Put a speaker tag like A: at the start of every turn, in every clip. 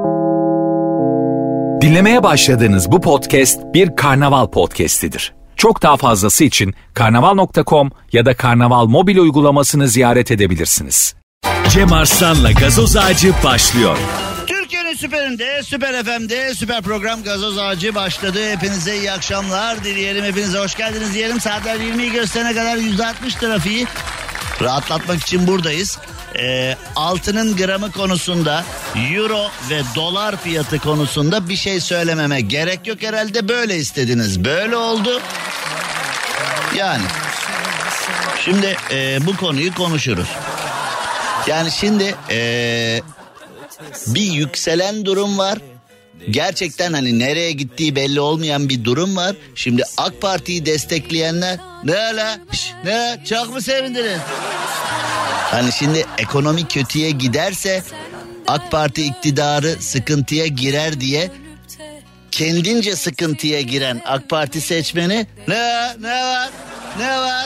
A: Dinlemeye başladığınız bu podcast bir karnaval podcastidir. Çok daha fazlası için karnaval.com ya da karnaval mobil uygulamasını ziyaret edebilirsiniz.
B: Cem Arslan'la Gazoz Ağacı başlıyor.
C: Türkiye'nin süperinde, Süper FM'de süper program Gazoz Ağacı başladı. Hepinize iyi akşamlar dileyelim. Hepinize hoş geldiniz diyelim. Saatler 20'yi gösterene kadar %60 trafiği rahatlatmak için buradayız. Altının gramı konusunda, euro ve dolar fiyatı konusunda bir şey söylememe gerek yok herhalde. Böyle istediniz, böyle oldu. Yani şimdi bu konuyu konuşuruz. Yani şimdi bir yükselen durum var. Gerçekten hani nereye gittiği belli olmayan bir durum var. Şimdi AK Parti'yi destekleyenler ne ala? Ne? Çok mu sevindiniz? Hani şimdi ekonomi kötüye giderse AK Parti iktidarı sıkıntıya girer diye kendince sıkıntıya giren AK Parti seçmeni ne var?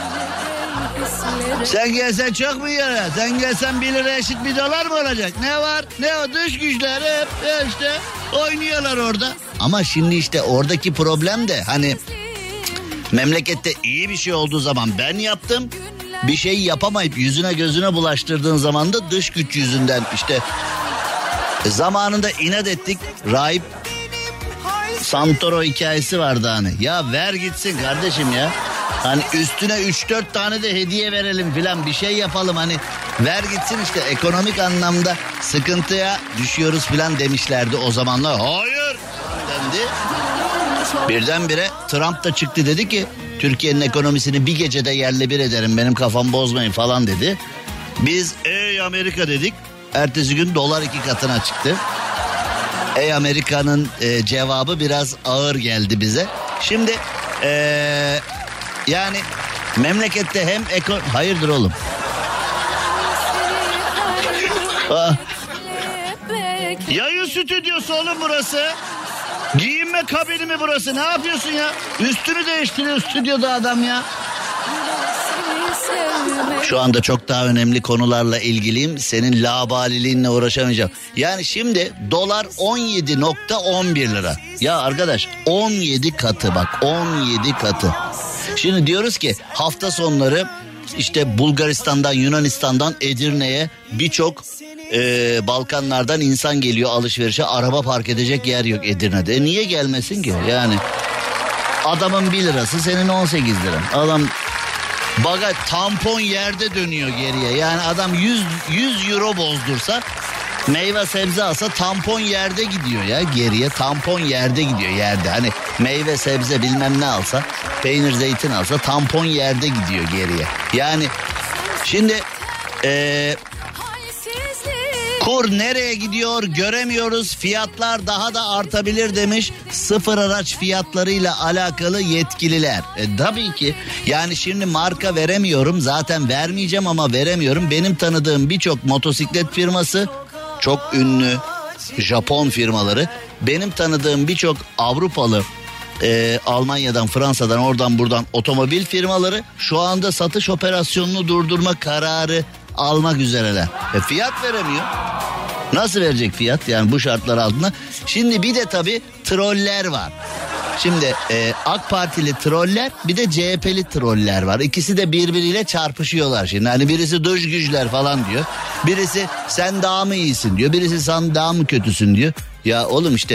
C: Sen gelsen çok mu yara? Sen gelsen 1 lira eşit 1 dolar mı olacak? Ne var? Ne o dış güçler hep işte oynuyorlar orada. Ama şimdi işte oradaki problem de hani memlekette iyi bir şey olduğu zaman ben yaptım. Bir şey yapamayıp yüzüne gözüne bulaştırdığın zaman da dış güç yüzünden işte zamanında inat ettik. Rahip Santoro hikayesi vardı hani. Ya ver gitsin kardeşim ya. Hani üstüne 3-4 tane de hediye verelim filan bir şey yapalım hani. Ver gitsin işte ekonomik anlamda sıkıntıya düşüyoruz filan demişlerdi o zamanlar. Hayır dendi. Birdenbire Trump da çıktı dedi ki Türkiye'nin ekonomisini bir gecede yerle bir ederim benim kafam bozmayın falan dedi. Biz ey Amerika dedik. Ertesi gün dolar 2 katına çıktı. Ey Amerika'nın cevabı biraz ağır geldi bize. Şimdi yani memlekette hem hayırdır oğlum? Yayın stüdyosu oğlum burası. Giyinme kabini mi burası? Ne yapıyorsun ya? Üstünü değiştiriyor stüdyoda adam ya. Şu anda çok daha önemli konularla ilgiliyim. Senin labaliliğinle uğraşamayacağım. Yani şimdi dolar 17.11 lira. Ya arkadaş 17 katı bak 17 katı. Şimdi diyoruz ki hafta sonları işte Bulgaristan'dan Yunanistan'dan Edirne'ye birçok Balkanlardan insan geliyor alışverişe. Araba park edecek yer yok Edirne'de. Niye gelmesin ki yani? Adamın 1 lirası senin 18 lira. Adam bagaj tampon yerde dönüyor geriye. Yani adam 100 euro bozdursa meyve sebze alsa tampon yerde gidiyor ya geriye. Tampon yerde gidiyor yerde. Hani meyve sebze bilmem ne alsa peynir zeytin alsa tampon yerde gidiyor geriye. Yani şimdi kur nereye gidiyor göremiyoruz. Fiyatlar daha da artabilir demiş sıfır araç fiyatlarıyla alakalı yetkililer. Tabii ki yani şimdi marka veremiyorum zaten vermeyeceğim ama veremiyorum. Benim tanıdığım birçok motosiklet firması çok ünlü Japon firmaları. Benim tanıdığım birçok Avrupalı Almanya'dan Fransa'dan oradan buradan otomobil firmaları şu anda satış operasyonunu durdurma kararı almak üzereler. Fiyat veremiyor. Nasıl verecek fiyat yani bu şartlar altında? Şimdi bir de tabii troller var. Şimdi AK Partili troller bir de CHP'li troller var. İkisi de birbiriyle çarpışıyorlar şimdi. Hani birisi dış güçler falan diyor. Birisi sen daha mı iyisin diyor. Birisi sen daha mı kötüsün diyor. Ya oğlum işte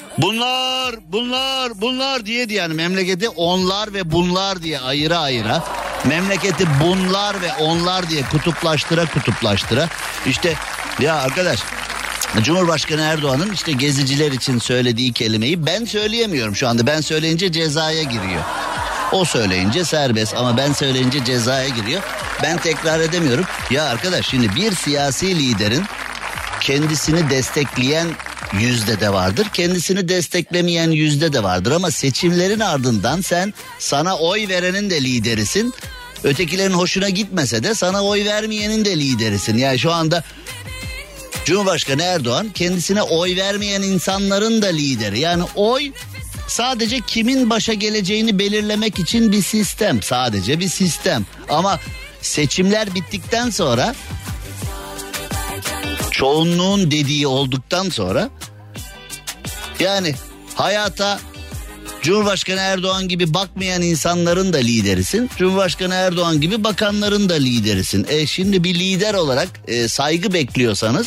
C: bunlar diye yani memleketi onlar ve bunlar diye ayıra memleketi bunlar ve onlar diye kutuplaştıra işte ya arkadaş Cumhurbaşkanı Erdoğan'ın işte geziciler için söylediği kelimeyi ben söyleyemiyorum şu anda. Ben söyleyince cezaya giriyor. O söyleyince serbest ama ben söyleyince cezaya giriyor. Ben tekrar edemiyorum. Ya arkadaş şimdi bir siyasi liderin kendisini destekleyen yüzde de vardır. Kendisini desteklemeyen yüzde de vardır. Ama seçimlerin ardından sen sana oy verenin de liderisin. Ötekilerin hoşuna gitmese de sana oy vermeyenin de liderisin. Yani şu anda Cumhurbaşkanı Erdoğan kendisine oy vermeyen insanların da lideri. Yani oy sadece kimin başa geleceğini belirlemek için bir sistem. Sadece bir sistem. Ama seçimler bittikten sonra çoğunluğun dediği olduktan sonra yani hayata Cumhurbaşkanı Erdoğan gibi bakmayan insanların da liderisin. Cumhurbaşkanı Erdoğan gibi bakanların da liderisin. Şimdi bir lider olarak saygı bekliyorsanız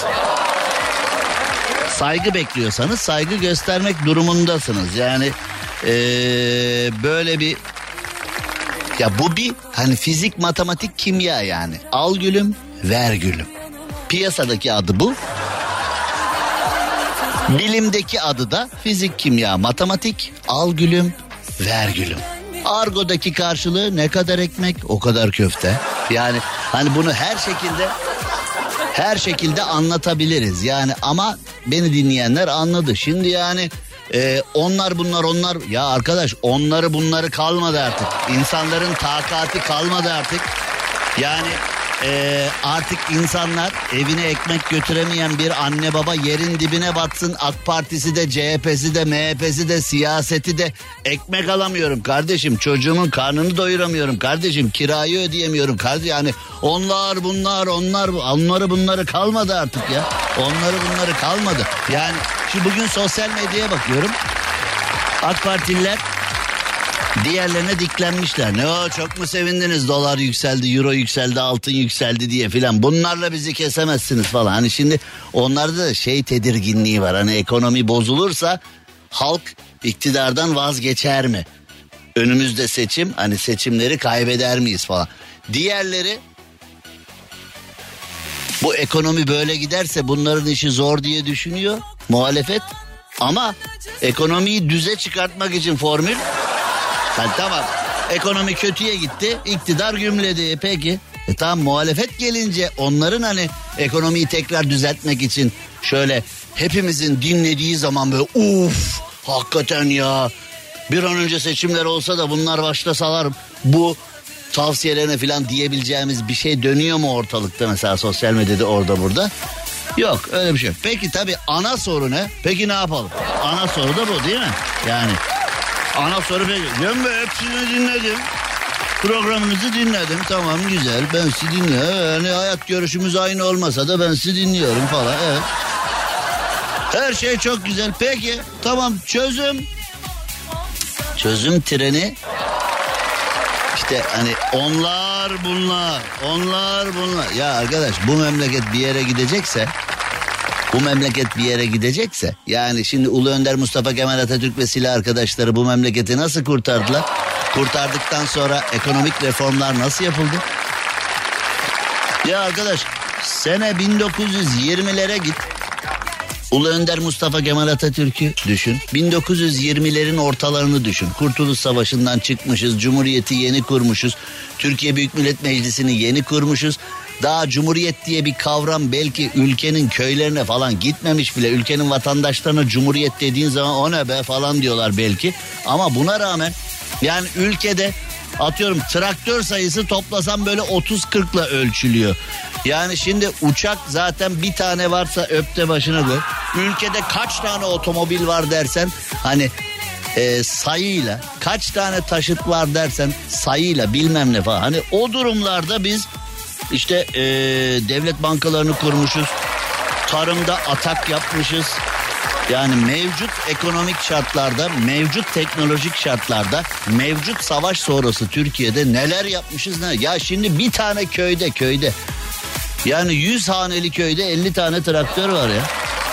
C: saygı göstermek durumundasınız. Yani böyle bir ya bu bir hani fizik, matematik, kimya yani. Al gülüm, ver gülüm. Piyasadaki adı bu. Bilimdeki adı da fizik, kimya, matematik. Al gülüm, ver gülüm. Argodaki karşılığı ne kadar ekmek, o kadar köfte. Yani hani bunu her şekilde anlatabiliriz. Yani ama beni dinleyenler anladı. Şimdi yani onlar ya arkadaş onları bunları kalmadı artık. İnsanların takati kalmadı artık. Yani artık insanlar evine ekmek götüremeyen bir anne baba yerin dibine batsın. AK Partisi de, CHP'si de, MHP'si de, siyaseti de ekmek alamıyorum kardeşim. Çocuğumun karnını doyuramıyorum kardeşim. Kirayı ödeyemiyorum kardeşim. Yani onları bunları kalmadı artık ya. Onları kalmadı. Yani şimdi bugün sosyal medyaya bakıyorum. AK Partililer diğerlerine diklenmişler. Ne o, çok mu sevindiniz, dolar yükseldi, euro yükseldi, altın yükseldi diye filan. Bunlarla bizi kesemezsiniz falan. Hani şimdi onlarda da tedirginliği var. Hani ekonomi bozulursa halk iktidardan vazgeçer mi? Önümüzde seçim, hani seçimleri kaybeder miyiz falan. Diğerleri bu ekonomi böyle giderse bunların işi zor diye düşünüyor muhalefet. Ama ekonomiyi düze çıkartmak için formül... tamam, ekonomi kötüye gitti, iktidar gümledi, peki. Tamam, muhalefet gelince onların hani ekonomiyi tekrar düzeltmek için şöyle hepimizin dinlediği zaman böyle hakikaten ya bir an önce seçimler olsa da bunlar başlasalar bu tavsiyelerine falan diyebileceğimiz bir şey dönüyor mu ortalıkta mesela sosyal medyada orada burada? Yok, öyle bir şey yok. Peki tabii ana soru ne? Peki ne yapalım? Ana soru da bu değil mi? Yani ana soru peki. Ben hepsini dinledim. Programınızı dinledim. Tamam, güzel. Ben sizi dinliyorum. Yani hayat görüşümüz aynı olmasa da ben sizi dinliyorum falan. Evet. Her şey çok güzel. Peki tamam, çözüm treni işte hani onlar bunlar. Ya arkadaş, bu memleket bir yere gidecekse yani şimdi Ulu Önder Mustafa Kemal Atatürk ve silah arkadaşları bu memleketi nasıl kurtardılar? Kurtardıktan sonra ekonomik reformlar nasıl yapıldı? Ya arkadaş, sene 1920'lere git. Ulu Önder Mustafa Kemal Atatürk'ü düşün. 1920'lerin ortalarını düşün. Kurtuluş Savaşı'ndan çıkmışız. Cumhuriyeti yeni kurmuşuz. Türkiye Büyük Millet Meclisi'ni yeni kurmuşuz. Daha Cumhuriyet diye bir kavram belki ülkenin köylerine falan gitmemiş bile. Ülkenin vatandaşlarına Cumhuriyet dediğin zaman o ne be falan diyorlar belki. Ama buna rağmen yani ülkede atıyorum traktör sayısı toplasam böyle 30-40'la ölçülüyor. Yani şimdi uçak zaten bir tane varsa öpte başına koy. Ülkede kaç tane otomobil var dersen hani sayıyla, kaç tane taşıt var dersen sayıyla, bilmem ne falan. Hani o durumlarda biz işte devlet bankalarını kurmuşuz. Tarımda atak yapmışız. Yani mevcut ekonomik şartlarda, mevcut teknolojik şartlarda, mevcut savaş sonrası Türkiye'de neler yapmışız ne? Ya şimdi bir tane köyde yani 100 haneli köyde 50 tane traktör var ya.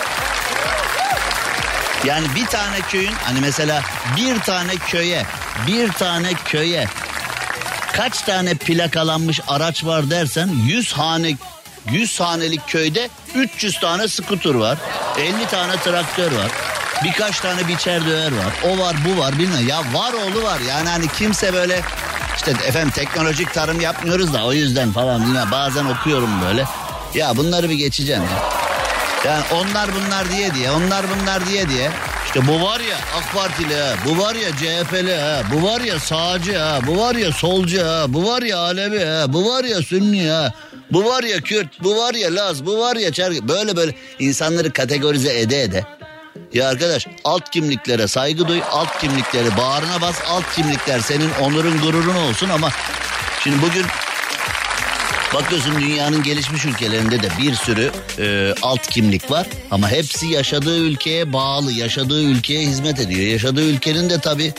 C: Yani bir tane köyün hani mesela bir tane köye kaç tane plakalanmış araç var dersen 100 hanelik köyde 300 tane skuter var. 50 tane traktör var. Birkaç tane biçer döver var. O var, bu var, bilmem. Ya var oğlu var. Yani hani kimse böyle işte efendim teknolojik tarım yapmıyoruz da o yüzden falan bilmem. Bazen okuyorum böyle. Ya bunları bir geçeceğim ya. Yani onlar bunlar diye. İşte bu var ya AK Partili ha, bu var ya CHP'li ha, bu var ya sağcı ha, bu var ya solcu ha, bu var ya Alevi ha, bu var ya Sünni ha, bu var ya Kürt, bu var ya Laz, bu var ya Çerkez. Böyle insanları kategorize ede. Ya arkadaş, alt kimliklere saygı duy, alt kimlikleri bağrına bas, alt kimlikler senin onurun gururun olsun ama şimdi bugün Bakıyorsun dünyanın gelişmiş ülkelerinde de bir sürü alt kimlik var. Ama hepsi yaşadığı ülkeye bağlı, yaşadığı ülkeye hizmet ediyor. Yaşadığı ülkenin de tabii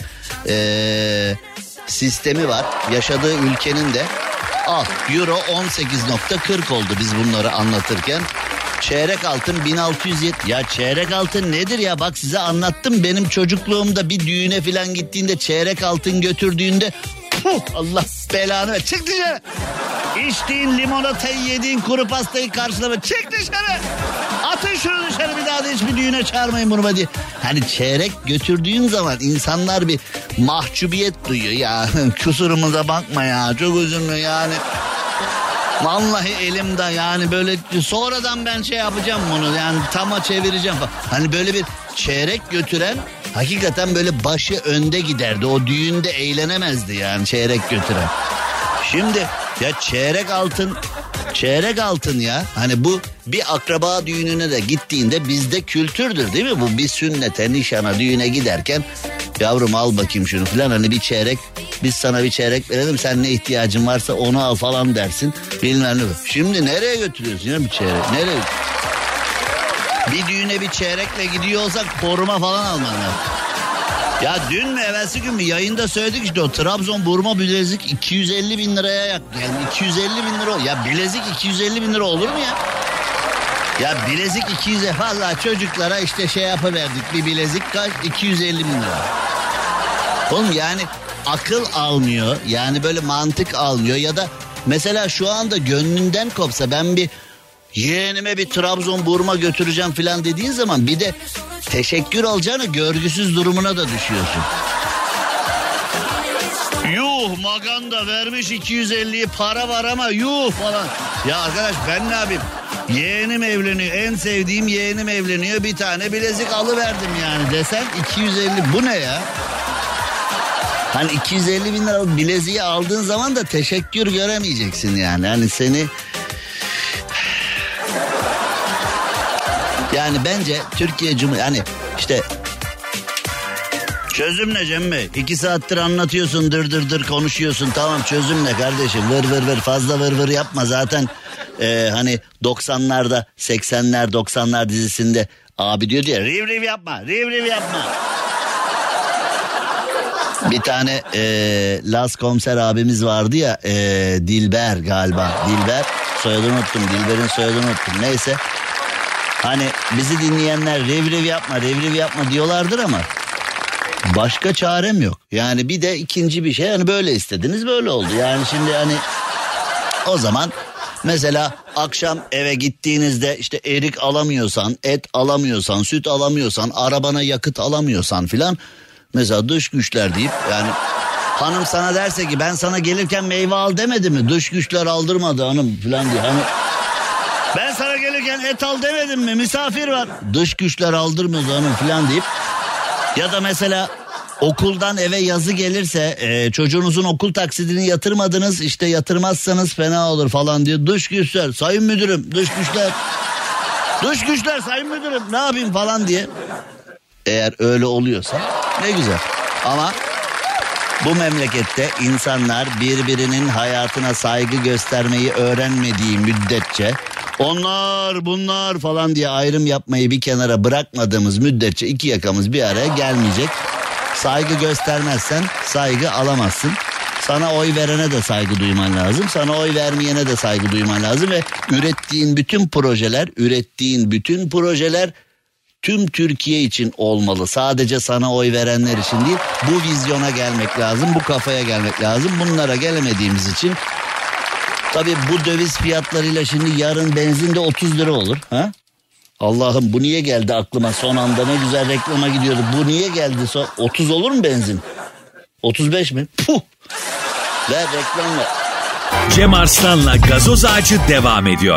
C: sistemi var. Yaşadığı ülkenin de euro 18.40 oldu biz bunları anlatırken. Çeyrek altın 1670. Ya çeyrek altın nedir ya? Bak size anlattım, benim çocukluğumda bir düğüne falan gittiğinde çeyrek altın götürdüğünde Allah belanı ver. Çık dışarı. İçtiğin limonatayı, yediğin kuru pastayı karşılama. Çık dışarı. Atın şunu dışarı, bir daha da hiçbir düğüne çağırmayın bunu diye. Hani çeyrek götürdüğün zaman insanlar bir mahcubiyet duyuyor. Ya kusurumuza bakma ya, çok üzülme yani. Vallahi elimde yani, böyle sonradan ben şey yapacağım bunu yani, tama çevireceğim falan. Hani böyle bir çeyrek götüren hakikaten böyle başı önde giderdi. O düğünde eğlenemezdi yani çeyrek götüren. Şimdi ya çeyrek altın ya. Hani bu bir akraba düğününe de gittiğinde bizde kültürdür değil mi? Bu bir sünnete, nişana, düğüne giderken yavrum al bakayım şunu falan, hani bir çeyrek, biz sana bir çeyrek verelim, sen ne ihtiyacın varsa onu al falan dersin. Bilmem ne. Şimdi nereye götürüyorsun ya bir çeyrek? Nereye? Bir düğüne bir çeyrekle gidiyor olsak koruma falan alman lazım. Ya dün mü evvelsi gün mü yayında söyledik işte, o Trabzon burma bilezik 250 bin liraya yani 250 bin lira. Ya bilezik 250 bin lira olur mu ya? Ya bilezik 200'e vallahi çocuklara işte şey yapıverdik, bir bilezik kaç? 250 bin lira. Oğlum yani akıl almıyor, yani böyle mantık almıyor. Ya da mesela şu anda gönlünden kopsa ben bir yeğenime bir Trabzon burma götüreceğim falan dediğin zaman bir de teşekkür alacağına görgüsüz durumuna da düşüyorsun. Yuh maganda vermiş 250'yi, para var ama yuh falan. Ya arkadaş ben ne yapayım? Yeğenim evleniyor, en sevdiğim yeğenim evleniyor, bir tane bilezik alıverdim yani desen 250, bu ne ya? Hani 250 bin lira bileziği aldığın zaman da teşekkür göremeyeceksin yani. Hani seni... Yani bence Türkiye Cumhuriyeti, hani işte çözüm ne Cem Bey? 2 saattir anlatıyorsun, dır konuşuyorsun, tamam çözüm ne kardeşim? Vır fazla vır yapma zaten. Hani 90'larda 80'ler 90'lar dizisinde abi diyor diye riv yapma. Bir tane Las Komiser abimiz vardı ya, Dilber galiba. Dilber, soyadını unuttum. Dilber'in soyadını unuttum. Neyse. Hani bizi dinleyenler rev yapma diyorlardır ama başka çarem yok. Yani bir de ikinci bir şey, hani böyle istediniz böyle oldu. Yani şimdi hani o zaman mesela akşam eve gittiğinizde işte erik alamıyorsan, et alamıyorsan, süt alamıyorsan, arabana yakıt alamıyorsan filan, mesela dış güçler deyip, yani hanım sana derse ki ben sana gelirken meyve al demedi mi? Dış güçler aldırmadı hanım filan diye. Hani ben sana gelirken et al demedim mi? Misafir var. Dış güçler aldırmıyor hanım filan deyip. Ya da mesela okuldan eve yazı gelirse çocuğunuzun okul taksidini yatırmadınız, işte yatırmazsanız fena olur falan diyor. Dış güçler, sayın müdürüm, dış güçler sayın müdürüm ne yapayım falan diye. Eğer öyle oluyorsa ne güzel. Ama bu memlekette insanlar birbirinin hayatına saygı göstermeyi öğrenmediği müddetçe, onlar bunlar falan diye ayrım yapmayı bir kenara bırakmadığımız müddetçe iki yakamız bir araya gelmeyecek. Saygı göstermezsen saygı alamazsın. Sana oy verene de saygı duyman lazım. Sana oy vermeyene de saygı duyman lazım ve ürettiğin bütün projeler tüm Türkiye için olmalı. Sadece sana oy verenler için değil. Bu vizyona gelmek lazım, bu kafaya gelmek lazım. Bunlara gelemediğimiz için tabii bu döviz fiyatlarıyla şimdi yarın benzin de 30 lira olur. Ha? Allah'ım bu niye geldi aklıma son anda, ne güzel reklama gidiyordu. Bu niye geldi? 30 olur mu benzin? 35 mi? Puh! Ver reklam ver.
B: Cem Arslan'la Gazoz Ağacı devam ediyor.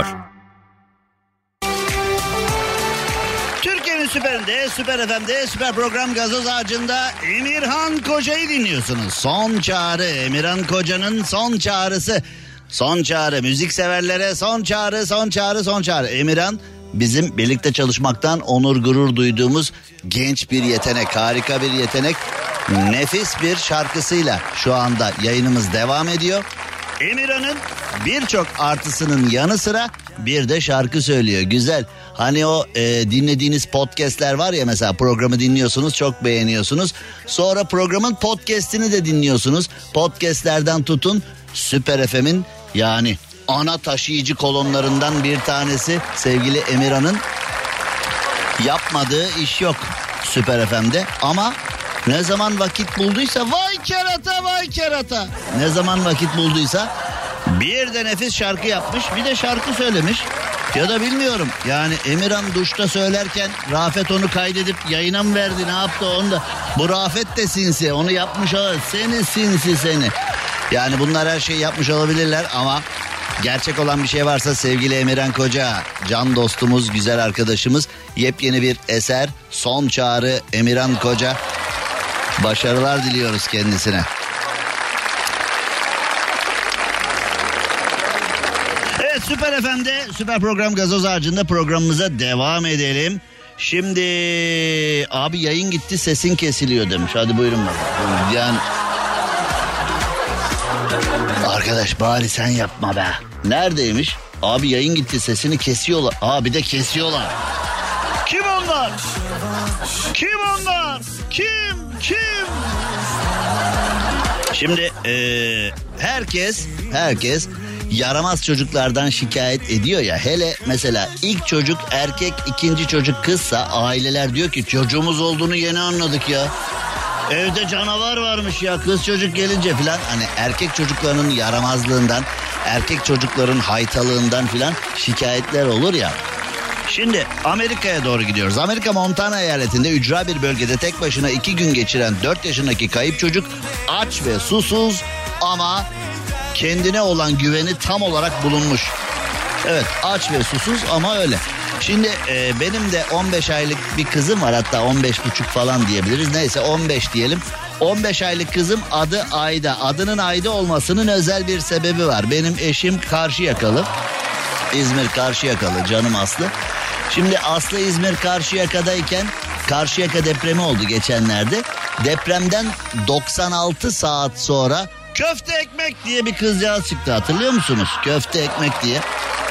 C: Türkiye'nin süperinde, Süper FM'de, Süper Program Gazoz Ağacı'nda Emirhan Koca'yı dinliyorsunuz. Son çağrı, Emirhan Koca'nın son çağrısı. Son çağrı, müzik severlere son çağrı. Emirhan bizim birlikte çalışmaktan onur gurur duyduğumuz genç bir yetenek, harika bir yetenek. Nefis bir şarkısıyla şu anda yayınımız devam ediyor. Emirhan'ın birçok artısının yanı sıra bir de şarkı söylüyor. Güzel. Hani o dinlediğiniz podcastler var ya, mesela programı dinliyorsunuz, çok beğeniyorsunuz. Sonra programın podcastini de dinliyorsunuz. Podcastlerden tutun Süper FM'in yani ana taşıyıcı kolonlarından bir tanesi sevgili Emirhan'ın yapmadığı iş yok Süper FM'de. Ama ne zaman vakit bulduysa, vay kerata vay kerata, ne zaman vakit bulduysa bir de nefis şarkı yapmış, bir de şarkı söylemiş. Ya da bilmiyorum yani, Emirhan duşta söylerken Rafet onu kaydedip yayına mı verdi, ne yaptı onu da. Bu Rafet de sinsi, onu yapmış olabilir. Seni sinsi seni. Yani bunlar her şeyi yapmış olabilirler ama gerçek olan bir şey varsa sevgili Emirhan Koca, can dostumuz, güzel arkadaşımız, yepyeni bir eser, Son Çağrı Emirhan Koca. Başarılar diliyoruz kendisine. Evet, Süper FM'de Süper Program Gazoz Ağacı'nda programımıza devam edelim. Şimdi abi yayın gitti, sesin kesiliyor demiş. Hadi buyurun bakalım. Yani arkadaş bari sen yapma be. Neredeymiş? Abi yayın gitti, sesini kesiyorlar. Abi de kesiyorlar. Kim onlar? Kim onlar? Kim? Şimdi herkes yaramaz çocuklardan şikayet ediyor ya. Hele mesela ilk çocuk erkek, ikinci çocuk kızsa aileler diyor ki çocuğumuz olduğunu yeni anladık ya. Evde canavar varmış ya, kız çocuk gelince filan. Hani erkek çocukların yaramazlığından, erkek çocukların haytalığından filan şikayetler olur ya. Şimdi Amerika'ya doğru gidiyoruz. Amerika Montana eyaletinde ücra bir bölgede tek başına 2 gün geçiren 4 yaşındaki kayıp çocuk aç ve susuz ama kendine olan güveni tam olarak bulunmuş. Evet, aç ve susuz ama öyle. Şimdi benim de 15 aylık bir kızım var, hatta 15,5 falan diyebiliriz. Neyse 15 diyelim. 15 aylık kızım adı Ayda. Adının Ayda olmasının özel bir sebebi var. Benim eşim Karşıyakalı. İzmir Karşıyakalı, canım Aslı. Şimdi Aslı İzmir Karşıyaka'dayken Karşıyaka depremi oldu geçenlerde. Depremden 96 saat sonra köfte ekmek diye bir kızcağız çıktı, hatırlıyor musunuz? Köfte ekmek diye.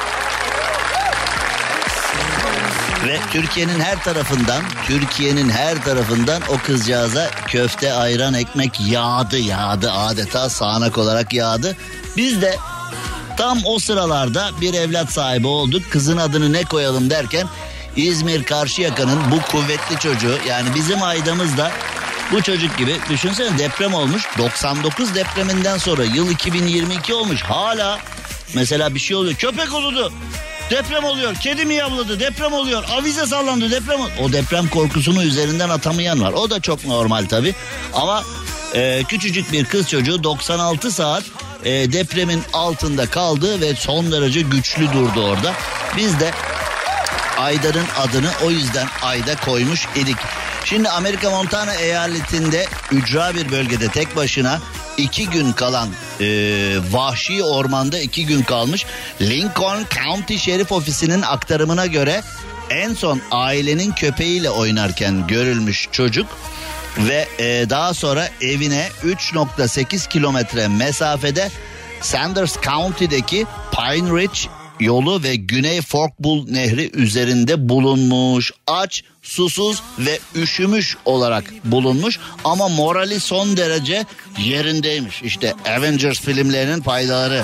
C: Ve Türkiye'nin her tarafından o kızcağıza köfte, ayran, ekmek yağdı, adeta sağanak olarak yağdı. Biz de tam o sıralarda bir evlat sahibi olduk. Kızın adını ne koyalım derken İzmir Karşıyaka'nın bu kuvvetli çocuğu, yani bizim Ayda'mız da bu çocuk gibi, düşünsene, deprem olmuş. 99 depreminden sonra yıl 2022 olmuş. Hala mesela bir şey oluyor. Köpek uludu. Deprem oluyor. Kedi miyavladı. Deprem oluyor. Avize sallandı. Deprem oluyor. O deprem korkusunu üzerinden atamayan var. O da çok normal tabii. Ama küçücük bir kız çocuğu 96 saat depremin altında kaldı ve son derece güçlü durdu orada. Biz de Ayda'nın adını o yüzden Ayda koymuş idik. Şimdi Amerika Montana eyaletinde ücra bir bölgede tek başına 2 gün kalan vahşi ormanda 2 gün kalmış. Lincoln County Şerif Ofisi'nin aktarımına göre en son ailenin köpeğiyle oynarken görülmüş çocuk ve daha sonra evine 3,8 kilometre mesafede Sanders County'deki Pine Ridge yolu ve Güney Fork Bull Nehri üzerinde bulunmuş. Aç, susuz ve üşümüş olarak bulunmuş ama morali son derece yerindeymiş. İşte Avengers filmlerinin paydaları.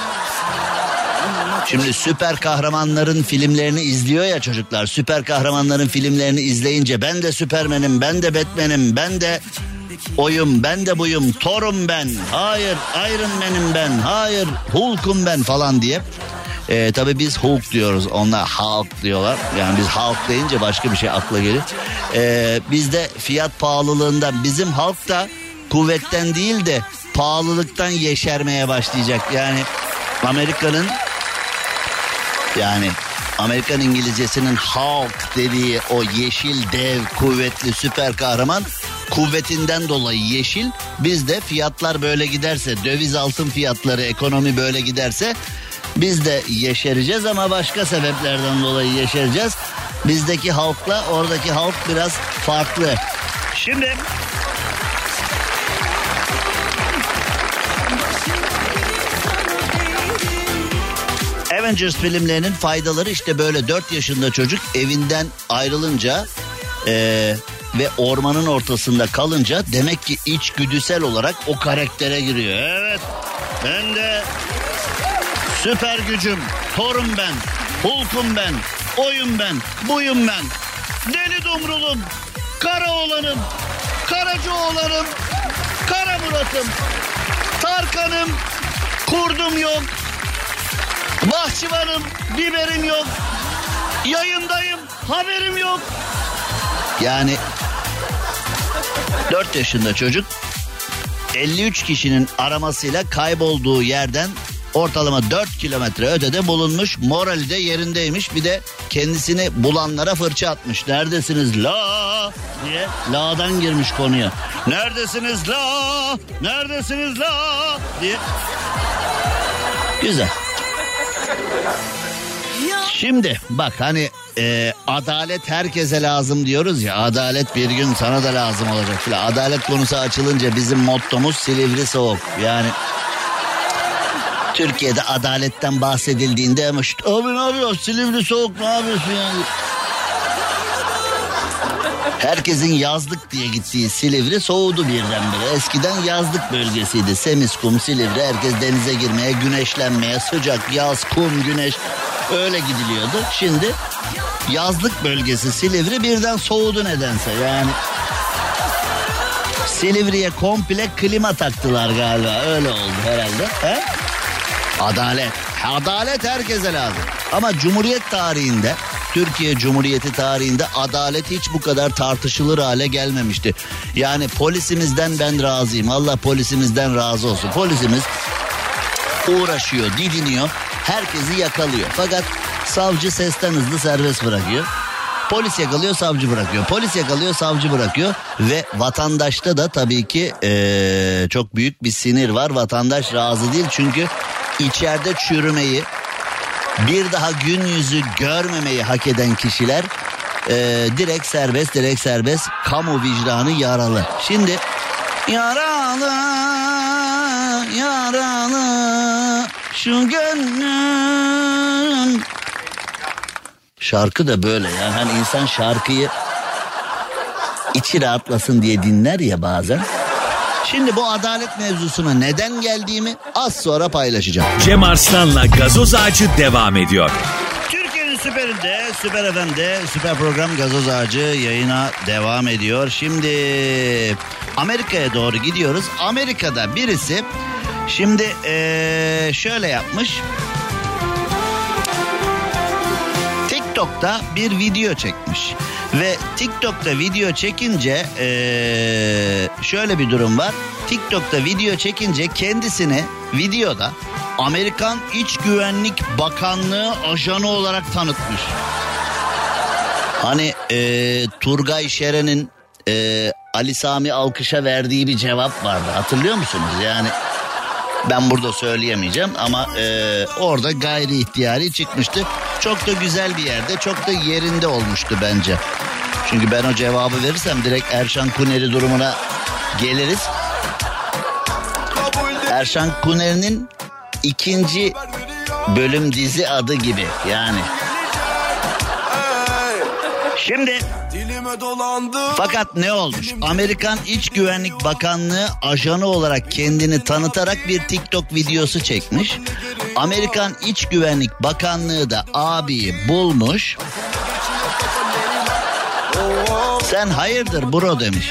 C: Şimdi süper kahramanların filmlerini izliyor ya çocuklar. Süper kahramanların filmlerini izleyince ben de Süpermen'im, ben de Batman'im, ben de oyum, ben de buyum, Thor'um ben, hayır Iron Man'im ben, hayır Hulk'um ben falan diye. Tabii biz Hulk diyoruz, onlar Hulk diyorlar. Yani biz Hulk deyince başka bir şey akla gelir. Bizde fiyat pahalılığından, bizim halk da kuvvetten değil de pahalılıktan yeşermeye başlayacak. Yani Amerikan İngilizcesinin Hulk dediği o yeşil dev, kuvvetli süper kahraman kuvvetinden dolayı yeşil. Bizde fiyatlar böyle giderse, döviz altın fiyatları, ekonomi böyle giderse biz de yeşereceğiz ama başka sebeplerden dolayı yeşereceğiz. Bizdeki halkla oradaki halk biraz farklı. Şimdi Avengers filmlerinin faydaları işte böyle. 4 yaşında çocuk evinden ayrılınca ve ormanın ortasında kalınca demek ki içgüdüsel olarak o karaktere giriyor. Evet, ben de süper gücüm, Thor'um ben, Hulk'um ben, oyum ben, buyum ben, deli dumrulum, kara oğlanım, karacı oğlanım, kara Murat'ım, Tarkan'ım, kurdum yok, bahçıvanım, biberim yok, yayındayım, haberim yok. Yani 4 yaşında çocuk 53 kişinin aramasıyla kaybolduğu yerden ortalama 4 kilometre ötede bulunmuş. Morali de yerindeymiş. Bir de kendisini bulanlara fırça atmış. Neredesiniz la diye. La'dan girmiş konuya. Neredesiniz la? Neredesiniz la diye. Güzel. Şimdi bak hani adalet herkese lazım diyoruz ya. Adalet bir gün sana da lazım olacak filan. Adalet konusu açılınca bizim mottomuz Silivri soğuk. Yani Türkiye'de adaletten bahsedildiğinde ama işte abi ne yapıyorsun Silivri soğuk ne yapıyorsun yani? Herkesin yazlık diye gittiği Silivri soğudu birdenbire. Eskiden yazlık bölgesiydi. Semiskum, Silivri, herkes denize girmeye, güneşlenmeye, sıcak, yaz, kum, güneş öyle gidiliyordu. Şimdi yazlık bölgesi Silivri birden soğudu nedense yani. Silivri'ye komple klima taktılar galiba, öyle oldu herhalde. He? Adalet. Adalet herkese lazım. Ama Cumhuriyet tarihinde, Türkiye Cumhuriyeti tarihinde adalet hiç bu kadar tartışılır hale gelmemişti. Yani polisimizden ben razıyım. Allah polisimizden razı olsun. Polisimiz uğraşıyor, didiniyor, herkesi yakalıyor. Fakat savcı sesten hızlı serbest bırakıyor. Polis yakalıyor, savcı bırakıyor. Polis yakalıyor, savcı bırakıyor. Ve vatandaşta da tabii ki çok büyük bir sinir var. Vatandaş razı değil çünkü içeride çürümeyi, bir daha gün yüzü görmemeyi hak eden kişiler direkt serbest, kamu vicdanı yaralı. Şimdi yaralı şu gönlüm. Şarkı da böyle yani hani insan şarkıyı içi rahatlasın diye dinler ya bazen. Şimdi bu adalet mevzusuna neden geldiğimi az sonra paylaşacağım.
B: Cem Arslan'la Gazoz Ağacı devam ediyor.
C: Türkiye'nin süperinde, Süper FM'de Süper Program Gazoz Ağacı yayına devam ediyor. Şimdi Amerika'ya doğru gidiyoruz. Amerika'da birisi şimdi şöyle yapmış. TikTok'ta bir video çekmiş. Ve TikTok'ta video çekince şöyle bir durum var. TikTok'ta video çekince kendisini videoda Amerikan İç Güvenlik Bakanlığı ajanı olarak tanıtmış. Hani Turgay Şeren'in Ali Sami Alkış'a verdiği bir cevap vardı. Hatırlıyor musunuz? Yani ben burada söyleyemeyeceğim ama orada gayri ihtiyari çıkmıştı. Çok da güzel bir yerde, çok da yerinde olmuştu bence. Çünkü ben o cevabı verirsem direkt Erşan Kuneri durumuna geliriz. Erşan Kuneri'nin 2. bölüm dizi adı gibi yani. Şimdi fakat ne olmuş? Amerikan İç Güvenlik Bakanlığı ajanı olarak kendini tanıtarak bir TikTok videosu çekmiş. Amerikan İç Güvenlik Bakanlığı da abiyi bulmuş. Sen hayırdır bro demiş.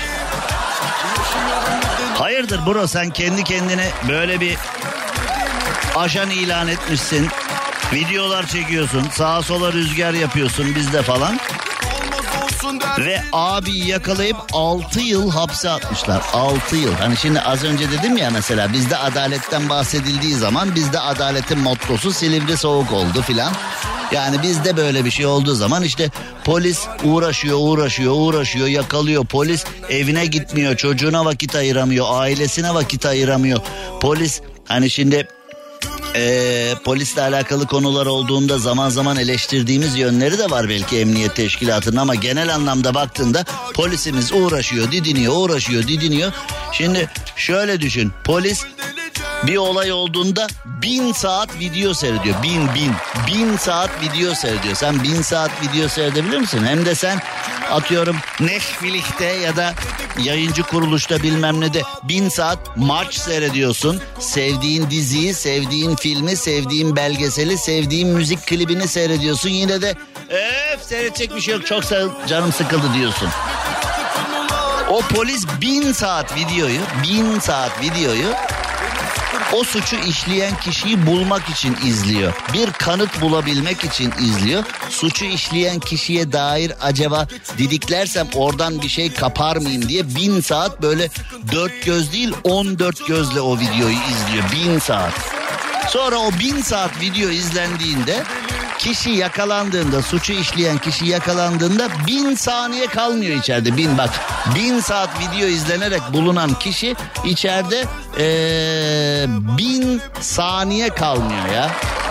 C: Hayırdır bro, sen kendi kendine böyle bir ajan ilan etmişsin. Videolar çekiyorsun, sağa sola rüzgar yapıyorsun bizde falan. Ve abiyi yakalayıp 6 yıl hapse atmışlar. 6 yıl. Hani şimdi az önce dedim ya mesela bizde adaletten bahsedildiği zaman bizde adaletin mottosu Silivri soğuk oldu filan. Yani bizde böyle bir şey olduğu zaman işte polis uğraşıyor, yakalıyor. Polis evine gitmiyor, çocuğuna vakit ayıramıyor, ailesine vakit ayıramıyor. Polis hani şimdi polisle alakalı konular olduğunda zaman zaman eleştirdiğimiz yönleri de var belki emniyet teşkilatının, ama genel anlamda baktığında polisimiz uğraşıyor, didiniyor. Şimdi şöyle düşün, polis Bir olay olduğunda 1000 saat video seyrediyor. 1000 saat video seyrediyor. Sen 1000 saat video seyredebilir misin? Hem de sen atıyorum Netflix'te ya da yayıncı kuruluşta bilmem ne de 1000 saat maç seyrediyorsun. Sevdiğin diziyi, sevdiğin filmi, sevdiğin belgeseli, sevdiğin müzik klibini seyrediyorsun. Yine de seyredecek bir şey yok, çok canım sıkıldı diyorsun. O polis 1000 saat videoyu o suçu işleyen kişiyi bulmak için izliyor. Bir kanıt bulabilmek için izliyor. Suçu işleyen kişiye dair acaba didiklersem oradan bir şey kapar mıyım diye 1000 saat böyle 4 göz değil 14 gözle o videoyu izliyor. 1000 saat. Sonra o 1000 saat video izlendiğinde kişi yakalandığında, suçu işleyen kişi yakalandığında 1000 saniye kalmıyor içeride. 1000 saat video izlenerek bulunan kişi içeride 1000 saniye kalmıyor ya.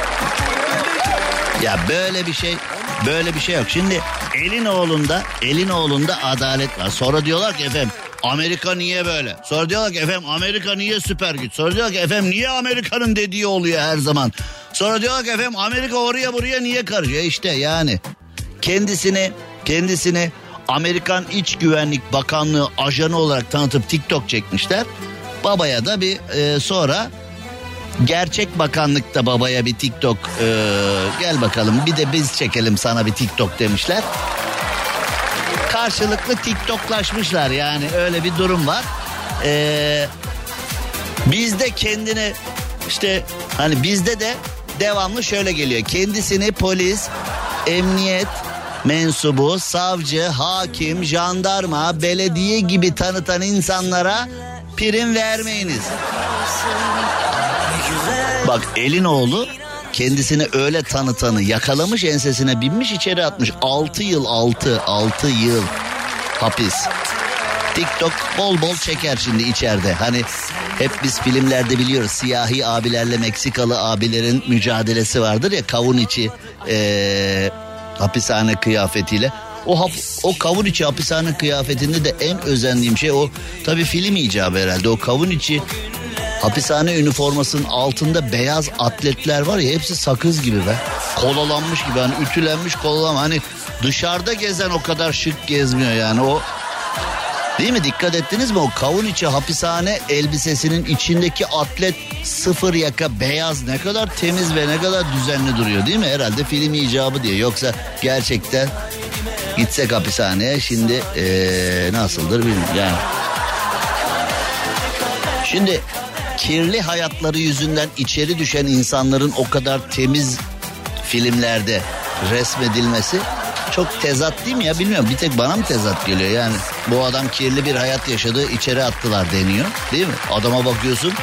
C: Ya böyle bir şey yok. Şimdi Elinoğlu'nda adalet var. Sonra diyorlar ki efendim Amerika niye böyle? Sonra diyorlar ki efendim Amerika niye süper güç? Sonra diyorlar ki efendim niye Amerika'nın dediği oluyor her zaman? Sonra diyorlar ki efendim Amerika oraya buraya niye karışıyor? İşte yani kendisini Amerikan İç Güvenlik Bakanlığı ajanı olarak tanıtıp TikTok çekmişler. Babaya da bir sonra gerçek bakanlıkta babaya bir TikTok gel bakalım bir de biz çekelim sana bir TikTok demişler. Karşılıklı TikToklaşmışlar yani öyle bir durum var. Bizde kendini işte hani bizde de devamlı şöyle geliyor. Kendisini polis, emniyet mensubu, savcı, hakim, jandarma, belediye gibi tanıtan insanlara prim vermeyiniz. Bak Elinoğlu kendisini öyle tanıtanı yakalamış, ensesine binmiş, içeri atmış. 6 yıl hapis. TikTok bol bol çeker şimdi içeride. Hani hep biz filmlerde biliyoruz siyahi abilerle Meksikalı abilerin mücadelesi vardır ya, kavun içi hapishane kıyafetiyle. O kavun içi hapishane kıyafetinde de en özendiğim şey o, tabii film icabı herhalde, o kavun içi hapishane üniformasının altında beyaz atletler var ya, hepsi sakız gibi be. Kolalanmış gibi, hani ütülenmiş kolalanmış. Hani dışarıda gezen o kadar şık gezmiyor yani o. Değil mi? Dikkat ettiniz mi? O kavun içi hapishane elbisesinin içindeki atlet sıfır yaka beyaz, ne kadar temiz ve ne kadar düzenli duruyor değil mi? Herhalde film icabı diye. Yoksa gerçekten gitsek hapishaneye şimdi nasıldır bilmiyorum yani. Şimdi kirli hayatları yüzünden içeri düşen insanların o kadar temiz filmlerde resmedilmesi çok tezat değil mi ya, bilmiyorum, bir tek bana mı tezat geliyor yani. Bu adam kirli bir hayat yaşadı, içeri attılar deniyor değil mi? Adama bakıyorsun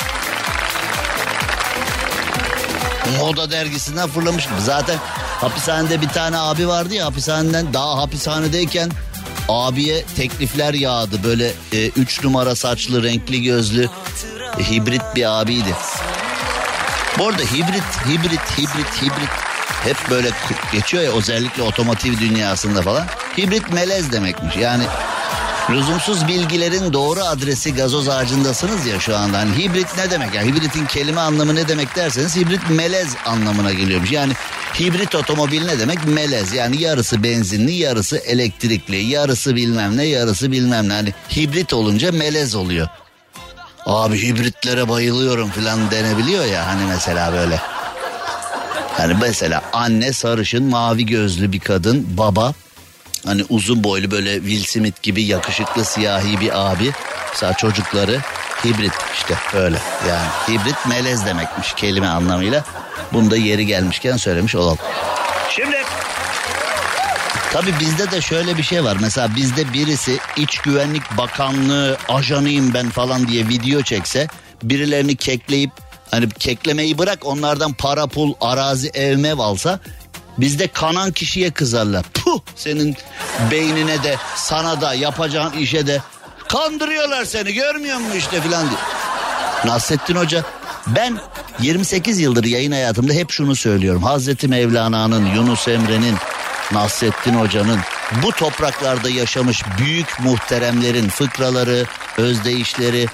C: Moda dergisinden fırlamış gibi. Zaten hapishanede bir tane abi vardı ya, daha hapishanedeyken abiye teklifler yağdı. Böyle 3 numara saçlı, renkli gözlü, hibrit bir abiydi. Bu arada hibrit hep böyle geçiyor ya, özellikle otomotiv dünyasında falan. Hibrit melez demekmiş. Yani lüzumsuz bilgilerin doğru adresi gazoz ağacındasınız ya şu anda. Hani hibrit ne demek? Yani hibritin kelime anlamı ne demek derseniz, hibrit melez anlamına geliyormuş. Yani hibrit otomobil ne demek? Melez. Yani yarısı benzinli, yarısı elektrikli, yarısı bilmem ne, yarısı bilmem ne. Hani hibrit olunca melez oluyor. Abi hibritlere bayılıyorum falan denebiliyor ya hani, mesela böyle. Hani mesela anne sarışın mavi gözlü bir kadın, baba hani uzun boylu böyle Will Smith gibi yakışıklı siyahi bir abi. Mesela çocukları hibrit, işte öyle yani. Hibrit melez demekmiş kelime anlamıyla. Bunu da yeri gelmişken söylemiş olalım. Şimdi tabii bizde de şöyle bir şey var. Mesela bizde birisi İç Güvenlik Bakanlığı ajanıyım ben falan diye video çekse, birilerini kekleyip, hani keklemeyi bırak, onlardan para pul, arazi, ev mev alsa, bizde kanan kişiye kızarlar. Puh, senin beynine de sana da yapacağın işe de, kandırıyorlar seni, görmüyor musun işte filan diye. Nasrettin Hoca, ben 28 yıldır yayın hayatımda hep şunu söylüyorum. Hazreti Mevlana'nın, Yunus Emre'nin, Nasrettin Hoca'nın, bu topraklarda yaşamış büyük muhteremlerin fıkraları, özdeyişleri,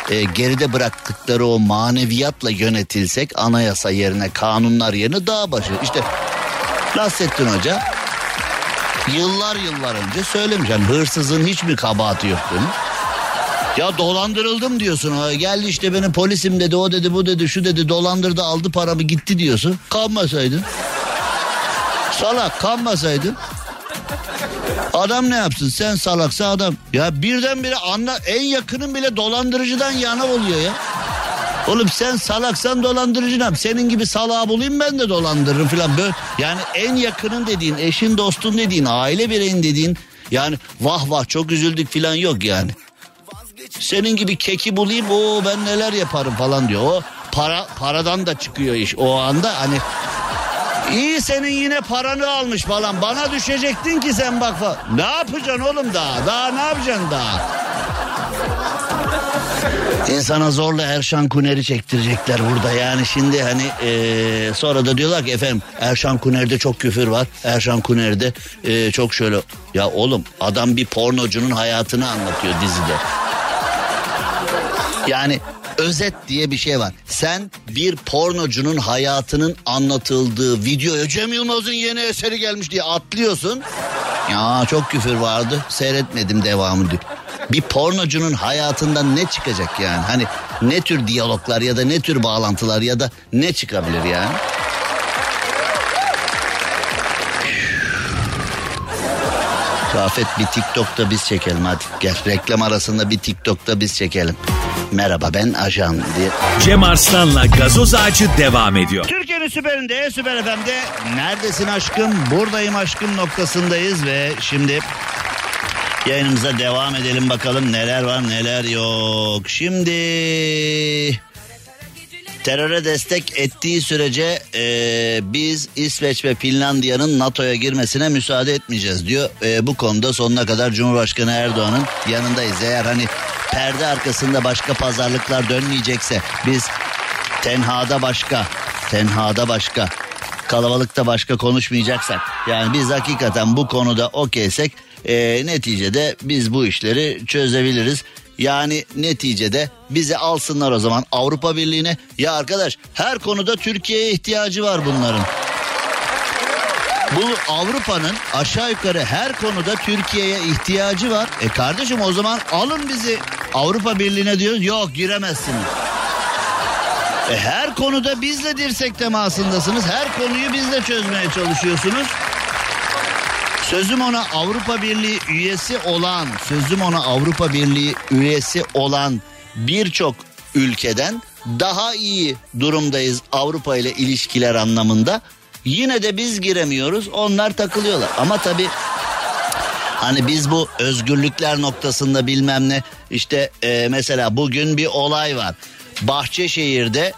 C: geride bıraktıkları o maneviyatla yönetilsek, anayasa yerine, kanunlar yerine dağ başı. İşte Nasrettin Hoca yıllar önce söylemiş. Yani hırsızın hiç mi kabahati yok demiş. Ya dolandırıldım diyorsun. Geldi işte benim polisim dedi, o dedi, bu dedi, şu dedi, dolandırdı, aldı paramı gitti diyorsun. Kanmasaydın. Salak, kanmasaydın. Adam ne yapsın? Sen salaksa adam. Ya birdenbire en yakının bile dolandırıcıdan yana oluyor ya. Oğlum sen salaksan dolandırıcı ne yap? Senin gibi salağı bulayım ben de dolandırırım falan. Böyle, yani en yakının dediğin, eşin dostun dediğin, aile bireyin dediğin, yani vah çok üzüldük falan yok yani. Senin gibi keki bulayım, ben neler yaparım falan diyor. O paradan da çıkıyor iş o anda, hani iyi senin yine paranı almış falan, bana düşecektin ki sen bak falan. Ne yapacaksın oğlum daha ne yapacaksın daha? İnsana zorla Erşan Kuner'i çektirecekler burada yani şimdi hani sonra da diyorlar ki efendim Erşan Kuner'de çok küfür var. Erşan Kuner'de çok şöyle, ya oğlum adam bir pornocunun hayatını anlatıyor dizide. Yani özet diye bir şey var. Sen bir pornocunun hayatının anlatıldığı videoya Cem Yılmaz'ın yeni eseri gelmiş diye atlıyorsun. Ya çok küfür vardı, seyretmedim devamı diyor. Bir pornocunun hayatından ne çıkacak yani? Hani ne tür diyaloglar ya da ne tür bağlantılar ya da ne çıkabilir yani? Rafet bir TikTok'ta biz çekelim hadi. Gel reklam arasında bir TikTok'ta biz çekelim. Merhaba ben ajan diye.
B: Cem Arslan'la Gazoz Ağacı devam ediyor.
C: Türkiye'nin süperinde, Süper FM'de neredesin aşkım, buradayım aşkım noktasındayız ve şimdi yayınımıza devam edelim bakalım neler var neler yok. Şimdi teröre destek ettiği sürece biz İsveç ve Finlandiya'nın NATO'ya girmesine müsaade etmeyeceğiz diyor. Bu konuda sonuna kadar Cumhurbaşkanı Erdoğan'ın yanındayız. Eğer hani perde arkasında başka pazarlıklar dönmeyecekse, biz tenhada başka, kalabalıkta başka konuşmayacaksak, yani biz hakikaten bu konuda okeysek neticede biz bu işleri çözebiliriz. Yani neticede bizi alsınlar o zaman Avrupa Birliği'ne. Ya arkadaş her konuda Türkiye'ye ihtiyacı var bunların. Bu Avrupa'nın aşağı yukarı her konuda Türkiye'ye ihtiyacı var. Kardeşim o zaman alın bizi Avrupa Birliği'ne diyoruz. Yok giremezsiniz. Her konuda bizle dirsek temasındasınız. Her konuyu bizle çözmeye çalışıyorsunuz. Sözüm ona Avrupa Birliği üyesi olan birçok ülkeden daha iyi durumdayız Avrupa ile ilişkiler anlamında. Yine de biz giremiyoruz, onlar takılıyorlar. Ama tabii hani biz bu özgürlükler noktasında bilmem ne işte mesela bugün bir olay var. Bahçeşehir'de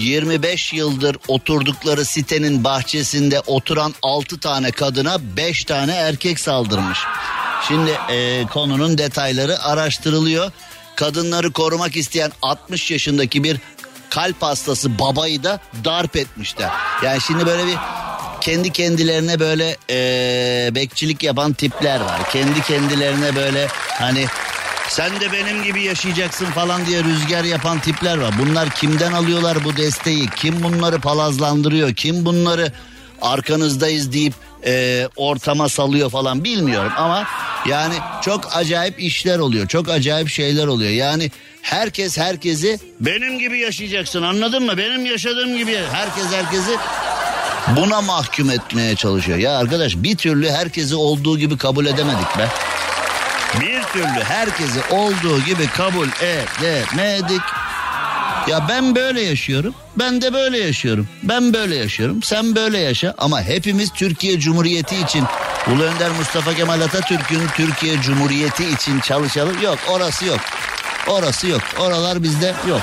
C: 25 yıldır oturdukları sitenin bahçesinde oturan 6 tane kadına 5 tane erkek saldırmış. Şimdi konunun detayları araştırılıyor. Kadınları korumak isteyen 60 yaşındaki bir kalp hastası babayı da darp etmişler. Yani şimdi böyle bir kendi kendilerine böyle bekçilik yapan tipler var. Kendi kendilerine böyle hani sen de benim gibi yaşayacaksın falan diye rüzgar yapan tipler var. Bunlar kimden alıyorlar bu desteği? Kim bunları palazlandırıyor? Kim bunları arkanızdayız deyip ortama salıyor falan bilmiyorum. Ama yani çok acayip işler oluyor. Çok acayip şeyler oluyor. Yani herkes herkesi benim gibi yaşayacaksın, anladın mı? Benim yaşadığım gibi herkesi buna mahkum etmeye çalışıyor. Ya arkadaş bir türlü herkesi olduğu gibi kabul edemedik be. Bir türlü herkesi olduğu gibi kabul edemedik. Ya ben böyle yaşıyorum. Ben de böyle yaşıyorum. Ben böyle yaşıyorum. Sen böyle yaşa. Ama hepimiz Türkiye Cumhuriyeti için, Ulu Önder Mustafa Kemal Atatürk'ün Türkiye Cumhuriyeti için çalışalım. Yok, orası yok. Orası yok. Oralar bizde yok.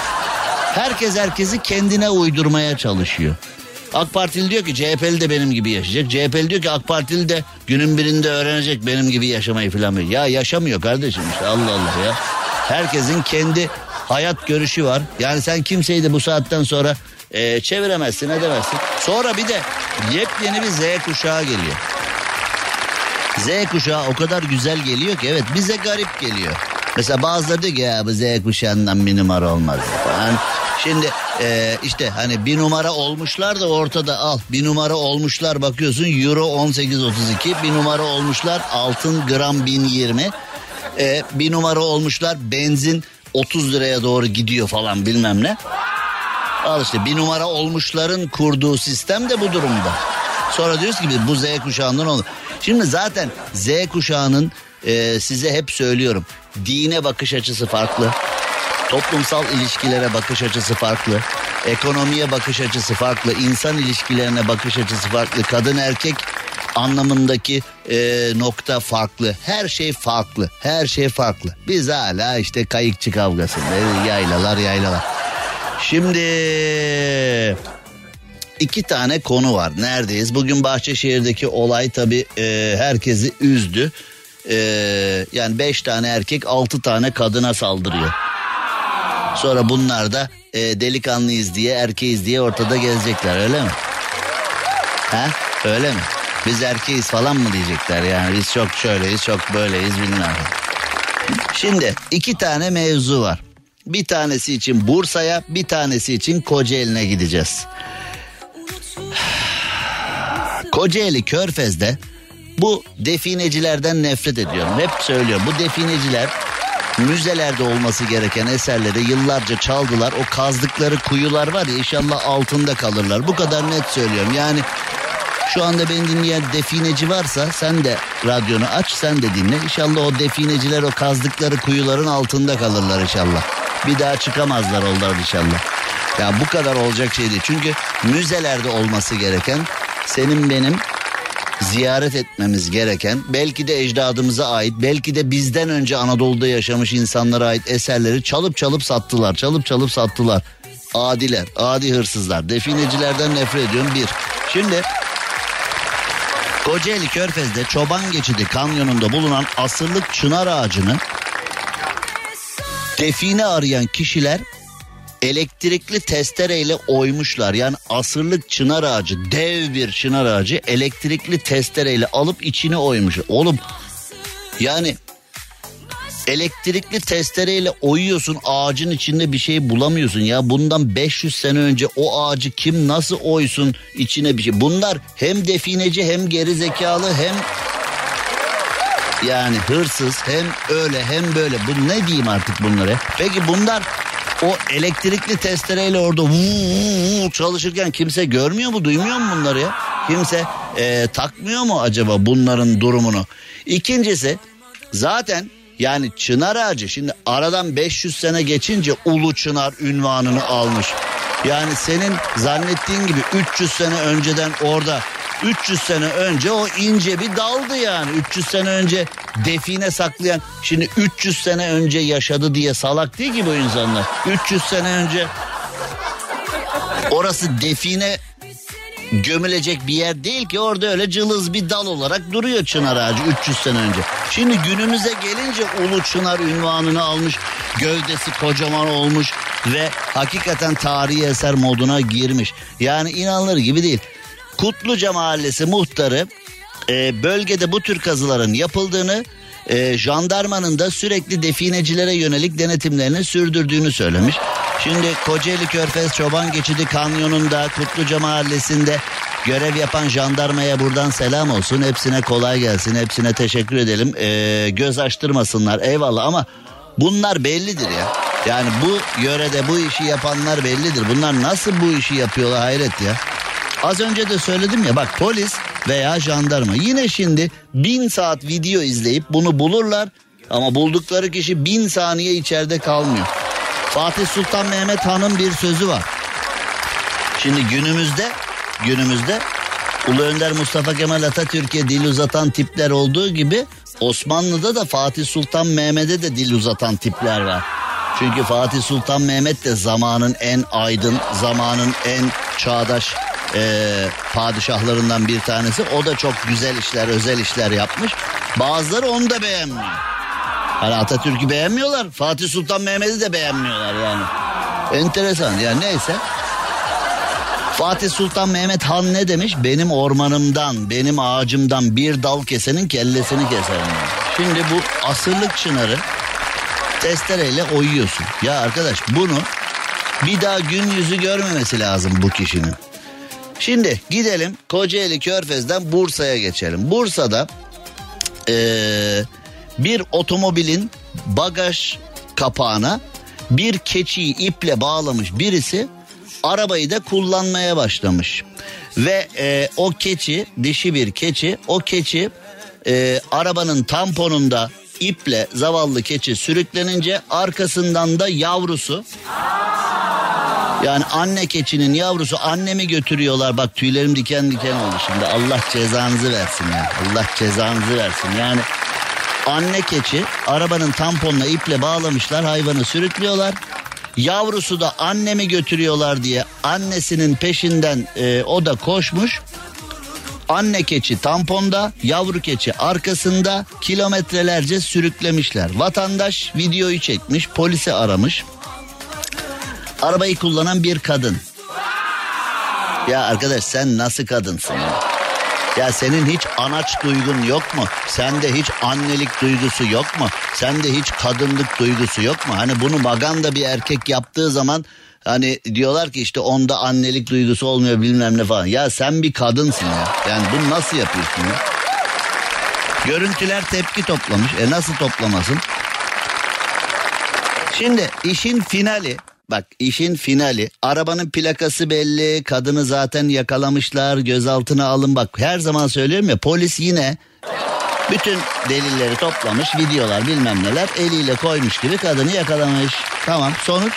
C: Herkes herkesi kendine uydurmaya çalışıyor. AK Partili diyor ki CHP'li de benim gibi yaşayacak. CHP'li diyor ki AK Partili de günün birinde öğrenecek benim gibi yaşamayı falan. Ya yaşamıyor kardeşim işte, Allah Allah ya. Herkesin kendi hayat görüşü var. Yani sen kimseyi de bu saatten sonra çeviremezsin, edemezsin. Sonra bir de yepyeni bir Z kuşağı geliyor. Z kuşağı o kadar güzel geliyor ki, evet bize garip geliyor. Mesela bazıları diyor ki ya bu Z kuşağından bir numara olmaz falan. Şimdi işte hani bir numara olmuşlar da ortada, al bir numara olmuşlar, bakıyorsun euro 18.32, bir numara olmuşlar altın gram 1020, bir numara olmuşlar benzin 30 liraya doğru gidiyor falan bilmem ne. Al işte bir numara olmuşların kurduğu sistem de bu durumda. Sonra diyoruz ki bu Z kuşağından olur. Şimdi zaten Z kuşağının size hep söylüyorum, dine bakış açısı farklı. Toplumsal ilişkilere bakış açısı farklı. Ekonomiye bakış açısı farklı. İnsan ilişkilerine bakış açısı farklı. Kadın erkek anlamındaki nokta farklı. Her şey farklı. Her şey farklı. Biz hala işte kayıkçı kavgasında yaylalar. Şimdi 2 tane konu var. Neredeyiz? Bugün Bahçeşehir'deki olay tabii herkesi üzdü. Yani 5 tane erkek 6 tane kadına saldırıyor. Sonra bunlar da delikanlıyız diye, erkeğiz diye ortada gezecekler, öyle mi? Ha? Öyle mi? Biz erkeğiz falan mı diyecekler yani? Biz çok şöyleyiz, çok böyleyiz bilmem. Şimdi 2 tane mevzu var. Bir tanesi için Bursa'ya, bir tanesi için Kocaeli'ne gideceğiz. Kocaeli Körfez'de bu definecilerden nefret ediyorum. Hep söylüyorum, bu defineciler müzelerde olması gereken eserleri yıllarca çaldılar. O kazdıkları kuyular var ya, inşallah altında kalırlar. Bu kadar net söylüyorum. Yani şu anda beni dinleyen defineci varsa sen de radyonu aç, sen de dinle. İnşallah o defineciler o kazdıkları kuyuların altında kalırlar inşallah. Bir daha çıkamazlar onlar inşallah. Ya bu kadar olacak şey değil. Çünkü müzelerde olması gereken, senin benim ziyaret etmemiz gereken, belki de ecdadımıza ait, belki de bizden önce Anadolu'da yaşamış insanlara ait eserleri çalıp sattılar. Adiler, adi hırsızlar. Definecilerden nefret ediyorum. Bir. Şimdi Kocaeli Körfez'de Çoban Geçidi Kanyonu'nda bulunan asırlık çınar ağacını define arayan kişiler elektrikli testereyle oymuşlar. Yani asırlık çınar ağacı, dev bir çınar ağacı elektrikli testereyle alıp içine oymuş. Oğlum yani elektrikli testereyle oyuyorsun, ağacın içinde bir şey bulamıyorsun ya. Bundan 500 sene önce o ağacı kim nasıl oysun içine bir şey. Bunlar hem defineci, hem gerizekalı, hem yani hırsız, hem öyle hem böyle. Bu ne diyeyim artık bunlara? Peki bunlar o elektrikli testereyle orada çalışırken kimse görmüyor mu, duymuyor mu bunları ya? Kimse takmıyor mu acaba bunların durumunu? İkincisi, zaten yani çınar ağacı şimdi aradan 500 sene geçince Ulu Çınar ünvanını almış. Yani senin zannettiğin gibi 300 sene önceden orada, 300 sene önce o ince bir daldı yani. 300 sene önce define saklayan, şimdi 300 sene önce yaşadı diye salak değil ki bu insanlar. 300 sene önce orası define gömülecek bir yer değil ki, orada öyle cılız bir dal olarak duruyor çınar ağacı 300 sene önce. Şimdi günümüze gelince Ulu Çınar ünvanını almış, gövdesi kocaman olmuş ve hakikaten tarihi eser moduna girmiş. Yani inanılır gibi değil. Kutluca Mahallesi muhtarı bölgede bu tür kazıların yapıldığını, jandarmanın da sürekli definecilere yönelik denetimlerini sürdürdüğünü söylemiş. Şimdi Kocaeli Körfez Çoban Geçidi Kanyonu'nda Kutluca Mahallesi'nde görev yapan jandarmaya buradan selam olsun. Hepsine kolay gelsin, hepsine teşekkür edelim. Göz açtırmasınlar, eyvallah, ama bunlar bellidir ya. Yani bu yörede bu işi yapanlar bellidir. Bunlar nasıl bu işi yapıyorlar, hayret ya. Az önce de söyledim ya, bak polis veya jandarma yine şimdi 1000 saat video izleyip bunu bulurlar ama buldukları kişi 1000 saniye içeride kalmıyor. Fatih Sultan Mehmet Han'ın bir sözü var. Şimdi günümüzde Ulu Önder Mustafa Kemal Atatürk'e dil uzatan tipler olduğu gibi Osmanlı'da da Fatih Sultan Mehmet'e de dil uzatan tipler var. Çünkü Fatih Sultan Mehmet de zamanın en aydın, zamanın en çağdaş padişahlarından bir tanesi. O da çok güzel işler, özel işler yapmış. Bazıları onu da beğenmiyor. Hani Atatürk'ü beğenmiyorlar, Fatih Sultan Mehmet'i de beğenmiyorlar yani. Enteresan yani, neyse. Fatih Sultan Mehmet Han ne demiş? Benim ormanımdan, benim ağacımdan bir dal kesenin kellesini keserim. Şimdi bu asırlık çınarı Testereyle oyuyorsun. Ya arkadaş bunu bir daha gün yüzü görmemesi lazım bu kişinin. Şimdi gidelim Kocaeli Körfez'den Bursa'ya geçelim. Bursa'da bir otomobilin bagaj kapağına bir keçiyi iple bağlamış birisi, arabayı da kullanmaya başlamış. Ve o keçi, dişi bir keçi, o keçi arabanın tamponunda iple zavallı keçi sürüklenince arkasından da yavrusu, yani anne keçinin yavrusu, annemi götürüyorlar. Bak tüylerim diken diken oldu şimdi. Allah cezanızı versin ya. Allah cezanızı versin. Yani anne keçi arabanın tamponuna iple bağlamışlar, hayvanı sürüklüyorlar. Yavrusu da annemi götürüyorlar diye annesinin peşinden o da koşmuş. Anne keçi tamponda, yavru keçi arkasında, kilometrelerce sürüklemişler. Vatandaş videoyu çekmiş, polisi aramış. Arabayı kullanan bir kadın. Ya arkadaş sen nasıl kadınsın ya? Ya senin hiç anaç duygun yok mu? Sende hiç annelik duygusu yok mu? Sende hiç kadınlık duygusu yok mu? Hani bunu maganda bir erkek yaptığı zaman hani diyorlar ki işte onda annelik duygusu olmuyor bilmem ne falan. Ya sen bir kadınsın ya. Yani bunu nasıl yapıyorsun ya? Görüntüler tepki toplamış. Nasıl toplamasın? Şimdi işin finali. Bak işin finali, arabanın plakası belli, kadını zaten yakalamışlar, gözaltına alın. Bak her zaman söylüyorum ya, polis yine bütün delilleri toplamış, videolar bilmem neler, eliyle koymuş gibi kadını yakalamış. Tamam, sonuç?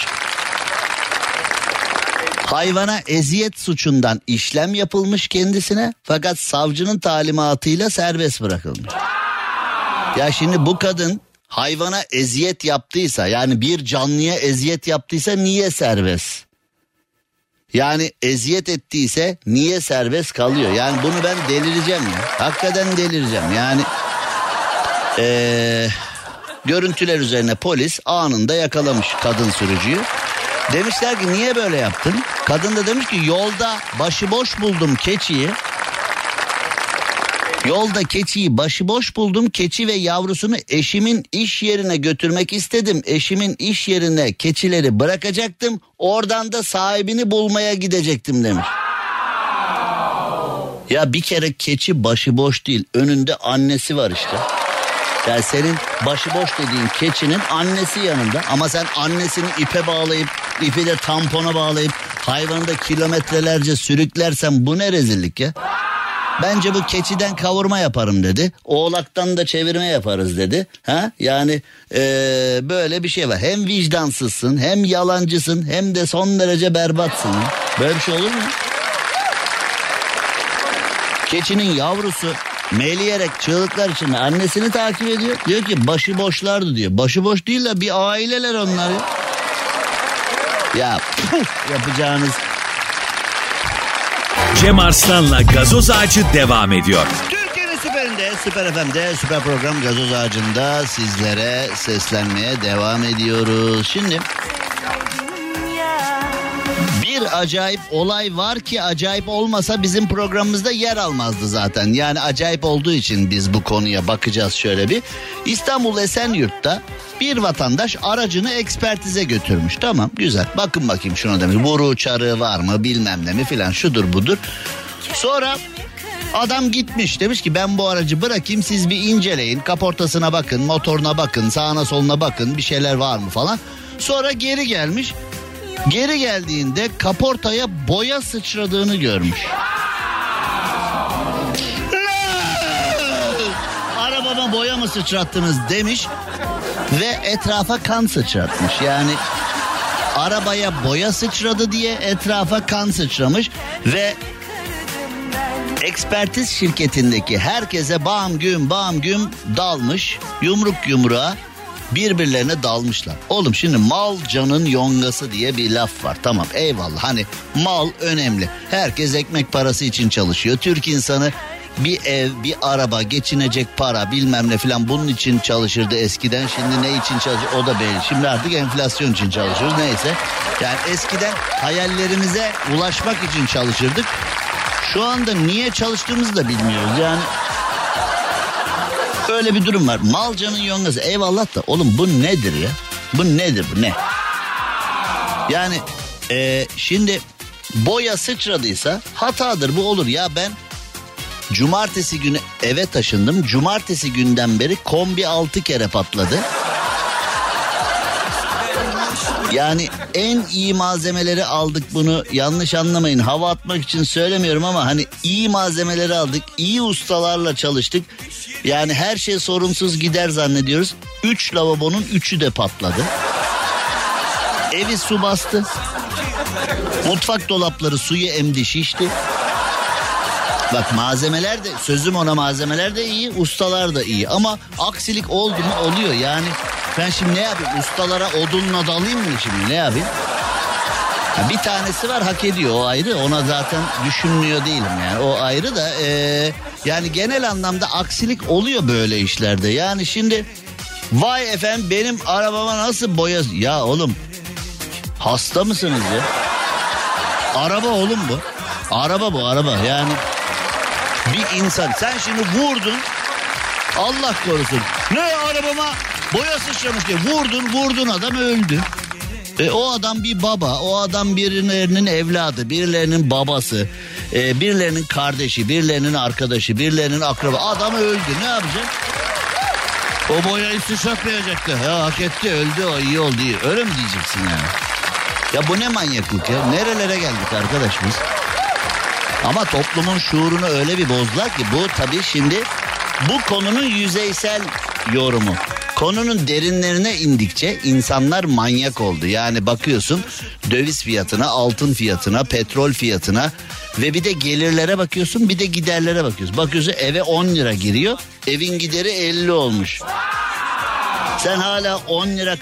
C: Hayvana eziyet suçundan işlem yapılmış kendisine, fakat savcının talimatıyla serbest bırakılmış. Ya şimdi bu kadın hayvana eziyet yaptıysa, yani bir canlıya eziyet yaptıysa niye serbest? Yani eziyet ettiyse niye serbest kalıyor? Yani bunu ben delireceğim ya. Hakikaten delireceğim. Yani görüntüler üzerine polis anında yakalamış kadın sürücüyü. Demişler ki niye böyle yaptın? Kadın da demiş ki yolda başıboş buldum keçiyi. Yolda keçiyi başıboş buldum. Keçi ve yavrusunu eşimin iş yerine götürmek istedim. Eşimin iş yerine keçileri bırakacaktım. Oradan da sahibini bulmaya gidecektim demiş. Ya bir kere keçi başıboş değil. Önünde annesi var işte. Yani senin başıboş dediğin keçinin annesi yanında. Ama sen annesini ipe bağlayıp, ipi de tampona bağlayıp hayvanı da kilometrelerce sürüklersen bu ne rezillik ya? Bence bu keçiden kavurma yaparım dedi. Oğlaktan da çevirme yaparız dedi. Ha? Yani böyle bir şey var. Hem vicdansızsın, hem yalancısın, hem de son derece berbatsın. Böyle bir şey olur mu? Keçinin yavrusu meyleyerek çığlıklar içinde annesini takip ediyor. Diyor ki başıboşlardı diyor. Başıboş değil de bir aileler onlar ya. Ya yapacağınız...
B: Cem Arslan'la Gazoz Ağacı devam ediyor.
C: Türkiye'nin süperinde, Süper FM'de, Süper Program Gazoz Ağacı'nda sizlere seslenmeye devam ediyoruz. Şimdi bir acayip olay var ki acayip olmasa bizim programımızda yer almazdı zaten. Yani acayip olduğu için biz bu konuya bakacağız şöyle bir. İstanbul Esenyurt'ta bir vatandaş aracını ekspertize götürmüş. Tamam, güzel, bakın bakayım şuna demiş. Vuru çarığı var mı bilmem ne mi filan, şudur budur. Sonra adam gitmiş, demiş ki ben bu aracı bırakayım, siz bir inceleyin. Kaportasına bakın, motoruna bakın, sağına soluna bakın, bir şeyler var mı falan. Sonra geri gelmiş. Geri geldiğinde kaportaya boya sıçradığını görmüş. Arabama boya mı sıçrattınız demiş ve etrafa kan sıçratmış. Yani arabaya boya sıçradı diye etrafa kan sıçramış ve ekspertiz şirketindeki herkese bam güm dalmış, yumruk yumruğa birbirlerine dalmışlar. Oğlum şimdi mal canın yongası diye bir laf var. Tamam, eyvallah, hani mal önemli. Herkes ekmek parası için çalışıyor. Türk insanı bir ev, bir araba, geçinecek para bilmem ne filan, bunun için çalışırdı eskiden. Şimdi ne için çalışıyor o da belli. Şimdi artık enflasyon için çalışıyoruz, neyse. Yani eskiden hayallerimize ulaşmak için çalışırdık. Şu anda niye çalıştığımızı da bilmiyoruz yani. Öyle bir durum var. Mal canın yongası, eyvallah da oğlum bu nedir ya? Bu nedir bu ne? Yani şimdi boya sıçradıysa hatadır, bu olur. Ya ben cumartesi günü eve taşındım. Cumartesi günden beri kombi 6 kere patladı. Yani en iyi malzemeleri aldık, bunu yanlış anlamayın. Hava atmak için söylemiyorum ama hani iyi malzemeleri aldık. İyi ustalarla çalıştık. Yani her şey sorunsuz gider zannediyoruz. 3 lavabonun 3'ü de patladı. Evi su bastı. Mutfak dolapları suyu emdi, şişti. Bak malzemeler de, sözüm ona, malzemeler de iyi, ustalar da iyi. Ama aksilik oldu mu oluyor yani. Ben şimdi ne yapayım? Ustalara odunla dalayım mı şimdi? Ne yapayım? Ya bir tanesi var, hak ediyor, o ayrı. Ona zaten düşünmüyor değilim yani. O ayrı da yani genel anlamda aksilik oluyor böyle işlerde. Yani şimdi vay efendim benim arabama nasıl boya... Ya oğlum hasta mısınız ya? Araba oğlum bu. Araba bu, araba yani. Bir insan, sen şimdi vurdun, Allah korusun, ne arabama boya sıçramış diye vurdun adam öldü. O adam bir baba, o adam birilerinin evladı, birilerinin babası, birilerinin kardeşi, birilerinin arkadaşı, birilerinin akraba, adam öldü, ne yapacak? O boyayı sıçratmayacaktı, ya hak etti, öldü, o iyi oldu, iyi. Öyle mi diyeceksin yani? Ya bu ne manyaklık ya, nerelere geldik arkadaş biz? Ama toplumun şuurunu öyle bir bozdular ki, bu tabii şimdi bu konunun yüzeysel yorumu. Konunun derinlerine indikçe insanlar manyak oldu. Yani bakıyorsun döviz fiyatına, altın fiyatına, petrol fiyatına ve bir de gelirlere bakıyorsun, bir de giderlere bakıyorsun. Bakıyorsun eve 10 lira giriyor, evin gideri 50 olmuş. Sen hala 10 lira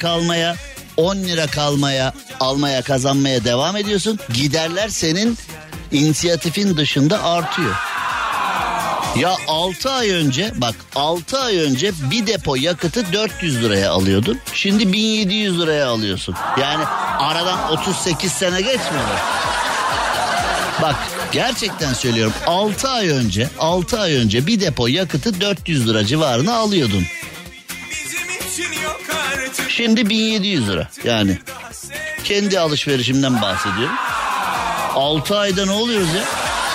C: almaya, kazanmaya devam ediyorsun. Giderler senin inisiyatifin dışında artıyor. Ya 6 ay önce bir depo yakıtı 400 liraya alıyordun. Şimdi 1700 liraya alıyorsun. Yani aradan 38 sene geçmedi. Bak gerçekten söylüyorum, 6 ay önce bir depo yakıtı 400 lira civarına alıyordun. Şimdi 1700 lira. Yani kendi alışverişimden bahsediyorum. 6 ayda ne oluyoruz ya?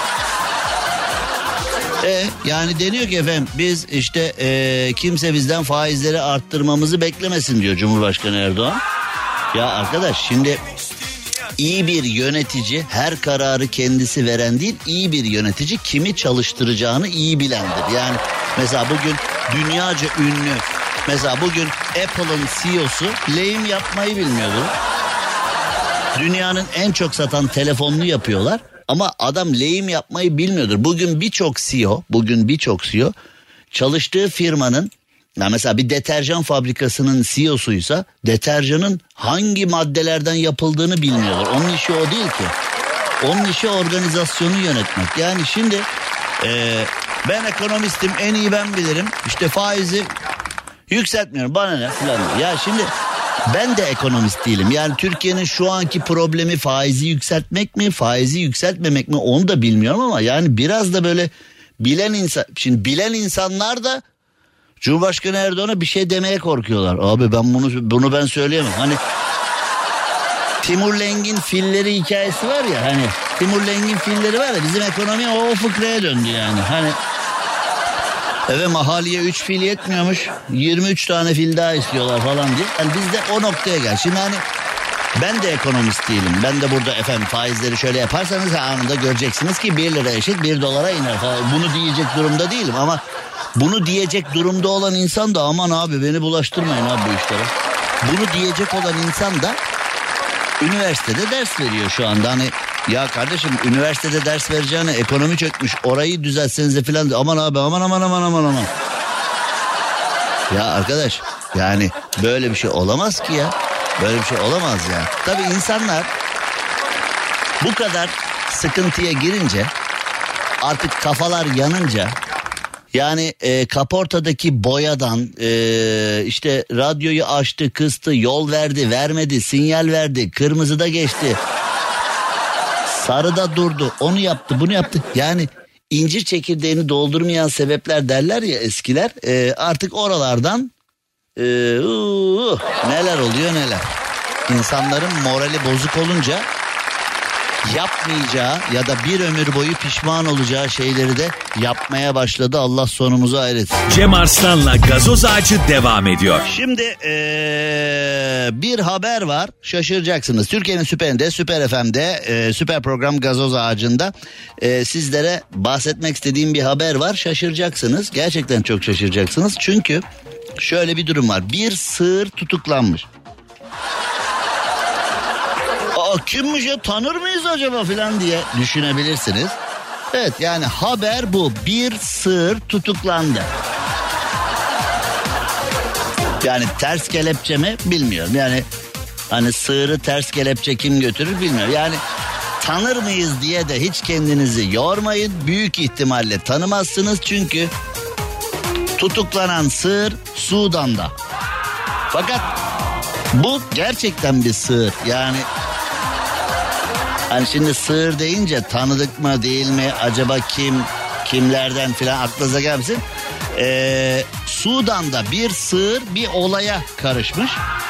C: Yani deniyor ki efendim biz işte kimse bizden faizleri arttırmamızı beklemesin diyor Cumhurbaşkanı Erdoğan. Ya arkadaş şimdi iyi bir yönetici her kararı kendisi veren değil, iyi bir yönetici kimi çalıştıracağını iyi bilendir. Yani mesela bugün dünyaca ünlü, mesela bugün Apple'ın CEO'su lehim yapmayı bilmiyordu. Dünyanın en çok satan telefonunu yapıyorlar. Ama adam lehim yapmayı bilmiyordur. Bugün birçok CEO çalıştığı firmanın, ya mesela bir deterjan fabrikasının CEO'suysa deterjanın hangi maddelerden yapıldığını bilmiyordur. Onun işi o değil ki. Onun işi organizasyonu yönetmek. Yani şimdi ben ekonomistim, en iyi ben bilirim. İşte faizi yükseltmiyorum, bana ne falan. Ya şimdi ben de ekonomist değilim. Yani Türkiye'nin şu anki problemi faizi yükseltmek mi, faizi yükseltmemek mi, onu da bilmiyorum ama yani biraz da böyle bilen insanlar da Cumhurbaşkanı Erdoğan'a bir şey demeye korkuyorlar. Abi ben bunu ben söyleyemem. Hani Timur Lenk'in filleri hikayesi var ya, hani Timur Lenk'in filleri var ya, bizim ekonomi o fıkraya döndü yani. Hani eve mahalleye 3 fil yetmiyormuş, 23 tane fil daha istiyorlar falan diye. Yani biz de o noktaya gel. Şimdi hani ben de ekonomist değilim. Ben de burada efendim faizleri şöyle yaparsanız anında göreceksiniz ki 1 lira eşit 1 dolara iner falan. Bunu diyecek durumda değilim ama bunu diyecek durumda olan insan da aman abi beni bulaştırmayın abi bu işlere. Bunu diyecek olan insan da üniversitede ders veriyor şu anda. Hani ya kardeşim üniversitede ders vereceğine ekonomi çökmüş, orayı düzeltsenize falan. Aman abi aman. Ya arkadaş yani böyle bir şey olamaz ki ya. Böyle bir şey olamaz ya. Tabii insanlar bu kadar sıkıntıya girince, artık kafalar yanınca, yani kaportadaki boyadan işte radyoyu açtı, kıstı, yol verdi, vermedi, sinyal verdi, kırmızıda geçti, sarıda durdu, onu yaptı, bunu yaptı. Yani incir çekirdeğini doldurmayan sebepler derler ya eskiler, artık oralardan neler oluyor neler. İnsanların morali bozuk olunca yapmayacağı ya da bir ömür boyu pişman olacağı şeyleri de yapmaya başladı. Allah sonumuzu hayretsin.
B: Cem Arslan'la Gazoz Ağacı devam ediyor.
C: Şimdi bir haber var, şaşıracaksınız. Türkiye'nin süperinde, Süper FM'de, süper program Gazoz Ağacı'nda sizlere bahsetmek istediğim bir haber var. Şaşıracaksınız, gerçekten çok şaşıracaksınız. Çünkü şöyle bir durum var. Bir sığır tutuklanmış. Kimmiş ya, tanır mıyız acaba filan diye düşünebilirsiniz. Evet, yani haber bu. Bir sığır tutuklandı. Yani ters kelepçe mi bilmiyorum. Yani hani sığırı ters kelepçe kim götürür bilmiyorum. Yani tanır mıyız diye de hiç kendinizi yormayın. Büyük ihtimalle tanımazsınız çünkü tutuklanan sığır Sudan'da. Fakat bu gerçekten bir sığır. Yani hani şimdi sığır deyince tanıdık mı değil mi, acaba kimlerden filan aklınıza gelmesin. Sudan'da bir sığır bir olaya karışmış.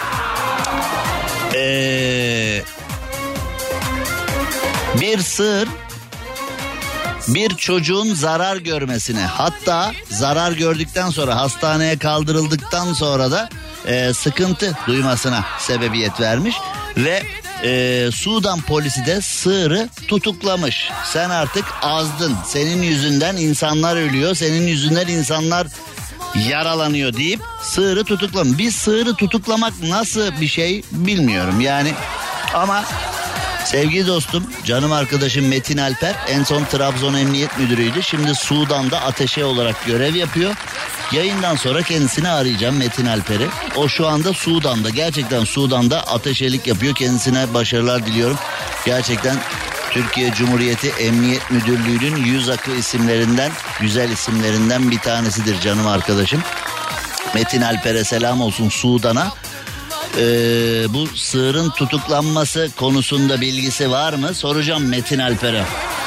C: Bir sığır bir çocuğun zarar görmesine, hatta zarar gördükten sonra hastaneye kaldırıldıktan sonra da sıkıntı duymasına sebebiyet vermiş ve Sudan polisi de sığırı tutuklamış. Sen artık azdın, senin yüzünden insanlar ölüyor, senin yüzünden insanlar yaralanıyor deyip sığırı tutuklamış. Bir sığırı tutuklamak nasıl bir şey bilmiyorum yani, ama sevgili dostum, canım arkadaşım Metin Alper en son Trabzon Emniyet Müdürü'ydü. Şimdi Sudan'da ateşe olarak görev yapıyor. Yayından sonra kendisini arayacağım, Metin Alper'i. O şu anda Sudan'da, gerçekten Sudan'da ateşelik yapıyor. Kendisine başarılar diliyorum. Gerçekten Türkiye Cumhuriyeti Emniyet Müdürlüğü'nün yüz akı isimlerinden, güzel isimlerinden bir tanesidir canım arkadaşım. Metin Alper'e selam olsun, Sudan'a. Bu sığırın tutuklanması konusunda bilgisi var mı? Soracağım Metin Alper'e.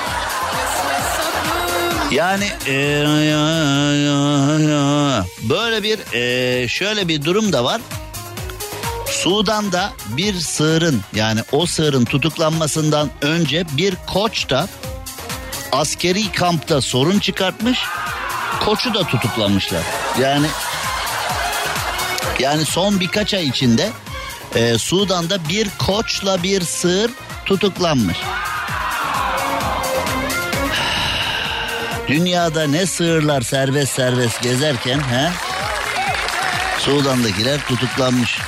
C: Yani böyle bir şöyle bir durum da var. Sudan'da bir sığırın, yani o sığırın tutuklanmasından önce bir koç da askeri kampta sorun çıkartmış. Koçu da tutuklamışlar. Yani son birkaç ay içinde Sudan'da bir koçla bir sığır tutuklanmış. Dünyada ne sığırlar serbest gezerken Sudan'dakiler tutuklanmış.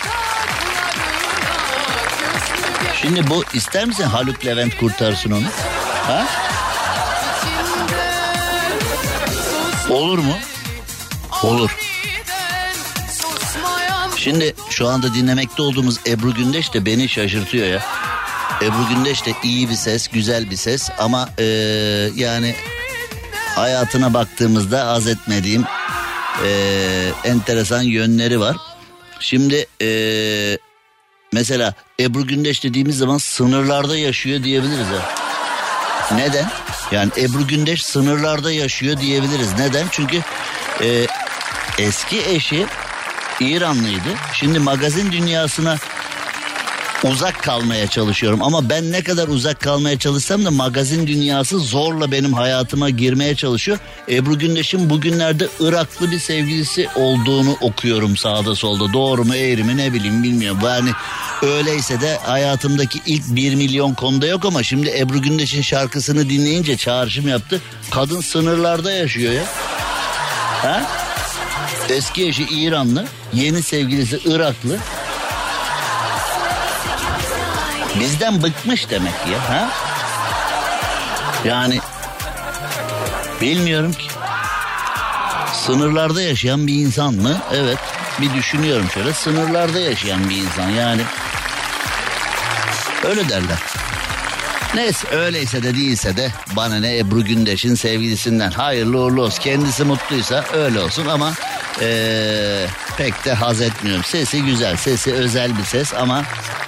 C: Şimdi bu, ister misin Haluk Levent kurtarsın onu? Ha? Olur mu? Olur. Şimdi şu anda dinlemekte olduğumuz Ebru Gündeş de beni şaşırtıyor ya. Ebru Gündeş de iyi bir ses, güzel bir ses ama yani hayatına baktığımızda haz etmediğim enteresan yönleri var. Şimdi mesela Ebru Gündeş dediğimiz zaman sınırlarda yaşıyor diyebiliriz ha. Neden? Yani Ebru Gündeş sınırlarda yaşıyor diyebiliriz. Neden? Çünkü eski eşi İranlıydı. Şimdi magazin dünyasına uzak kalmaya çalışıyorum. Ama ben ne kadar uzak kalmaya çalışsam da magazin dünyası zorla benim hayatıma girmeye çalışıyor. Ebru Gündeş'in bugünlerde Iraklı bir sevgilisi olduğunu okuyorum sağda solda. Doğru mu eğri mi ne bileyim, bilmiyorum. Yani öyleyse de hayatımdaki ilk 1 milyon konuda yok ama şimdi Ebru Gündeş'in şarkısını dinleyince çağrışım yaptı. Kadın sınırlarda yaşıyor ya. Ha? Eski eşi İranlı, yeni sevgilisi Iraklı. Bizden bıkmış demek ya. Ha? Yani bilmiyorum ki. Sınırlarda yaşayan bir insan mı? Evet. Bir düşünüyorum şöyle. Sınırlarda yaşayan bir insan yani. Öyle derler. Neyse, öyleyse de değilse de bana ne, Ebru Gündeş'in sevgilisinden hayırlı uğurlu olsun. Kendisi mutluysa öyle olsun ama pek de haz etmiyorum. Sesi güzel, sesi özel bir ses ama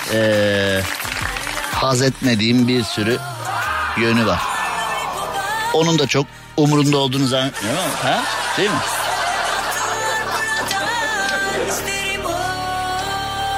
C: haz etmediğim bir sürü yönü var. Onun da çok umurunda olduğunu zannetmiyorum ama, ha? Değil mi?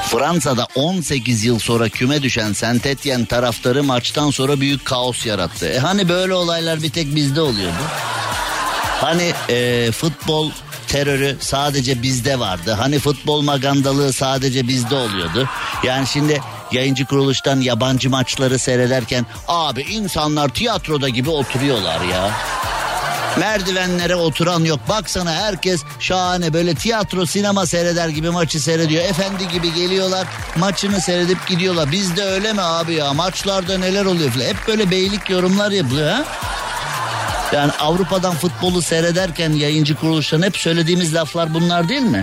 C: Fransa'da 18 yıl sonra küme düşen Saint-Étienne taraftarı maçtan sonra büyük kaos yarattı. Hani böyle olaylar bir tek bizde oluyordu. Hani futbol terörü sadece bizde vardı. Hani futbol magandalığı sadece bizde oluyordu. Yani şimdi yayıncı kuruluştan yabancı maçları seyrederken abi insanlar tiyatroda gibi oturuyorlar ya. Merdivenlere oturan yok. Baksana herkes şahane böyle tiyatro sinema seyreder gibi maçı seyrediyor. Efendi gibi geliyorlar maçını seyredip gidiyorlar. Bizde öyle mi abi ya, maçlarda neler oluyor falan. Hep böyle beylik yorumlar yapılıyor ha. Yani Avrupa'dan futbolu seyrederken yayıncı kuruluşların hep söylediğimiz laflar bunlar değil mi?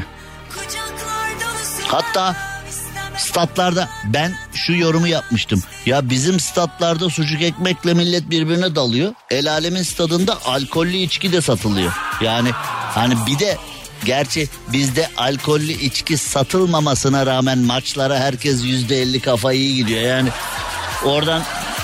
C: Hatta statlarda ben şu yorumu yapmıştım. Ya bizim statlarda sucuk ekmekle millet birbirine dalıyor. El alemin stadında alkollü içki de satılıyor. Yani hani bir de gerçi bizde alkollü içki satılmamasına rağmen maçlara herkes %50 kafayı iyi gidiyor. Yani oradan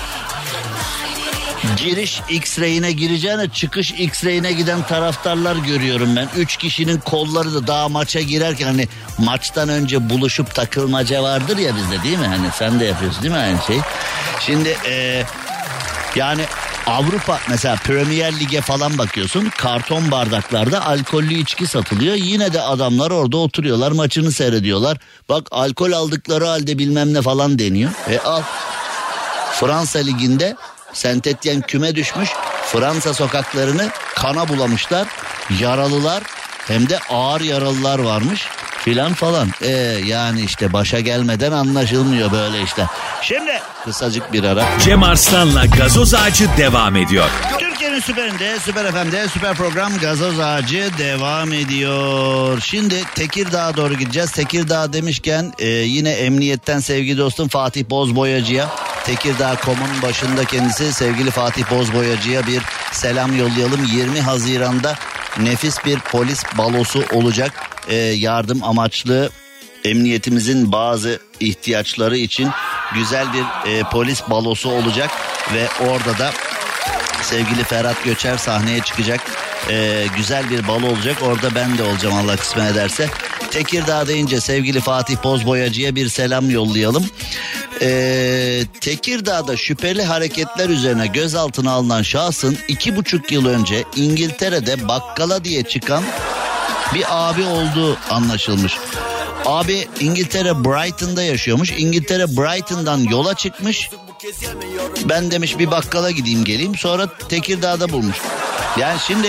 C: giriş X-ray'ine gireceğine çıkış X-ray'ine giden taraftarlar görüyorum ben. 3 kişinin kolları da daha maça girerken hani maçtan önce buluşup takılmaca vardır ya bizde değil mi? Hani sen de yapıyorsun değil mi aynı şey? Şimdi yani Avrupa mesela Premier Lig'e falan bakıyorsun, karton bardaklarda alkollü içki satılıyor. Yine de adamlar orada oturuyorlar maçını seyrediyorlar. Bak alkol aldıkları halde bilmem ne falan deniyor. Al Fransa Ligi'nde Saint-Étienne küme düşmüş. Fransa sokaklarını kana bulamışlar. Yaralılar hem de ağır yaralılar varmış filan falan. Yani işte başa gelmeden anlaşılmıyor böyle işte. Şimdi kısacık bir ara.
B: Cem Arslan'la Gazoz Ağacı devam ediyor.
C: Türkiye'nin süperinde, Süper FM'de süper program Gazoz Ağacı devam ediyor. Şimdi Tekirdağ'a doğru gideceğiz. Tekirdağ demişken yine emniyetten sevgili dostum Fatih Bozboyacı'ya, Tekirdağ.com'un başında kendisi sevgili Fatih Bozboyacı'ya bir selam yollayalım. 20 Haziran'da nefis bir polis balosu olacak. Yardım amaçlı emniyetimizin bazı ihtiyaçları için güzel bir polis balosu olacak. Ve orada da sevgili Ferhat Göçer sahneye çıkacak. Güzel bir balo olacak. Orada ben de olacağım Allah kısmet ederse. Tekirdağ deyince sevgili Fatih Bozboyacı'ya bir selam yollayalım. Tekirdağ'da şüpheli hareketler üzerine gözaltına alınan şahsın 2,5 yıl önce İngiltere'de bakkala diye çıkan bir abi olduğu anlaşılmış. Abi İngiltere Brighton'da yaşıyormuş. İngiltere Brighton'dan yola çıkmış. Ben demiş bir bakkala gideyim geleyim. Sonra Tekirdağ'da bulmuş. Yani şimdi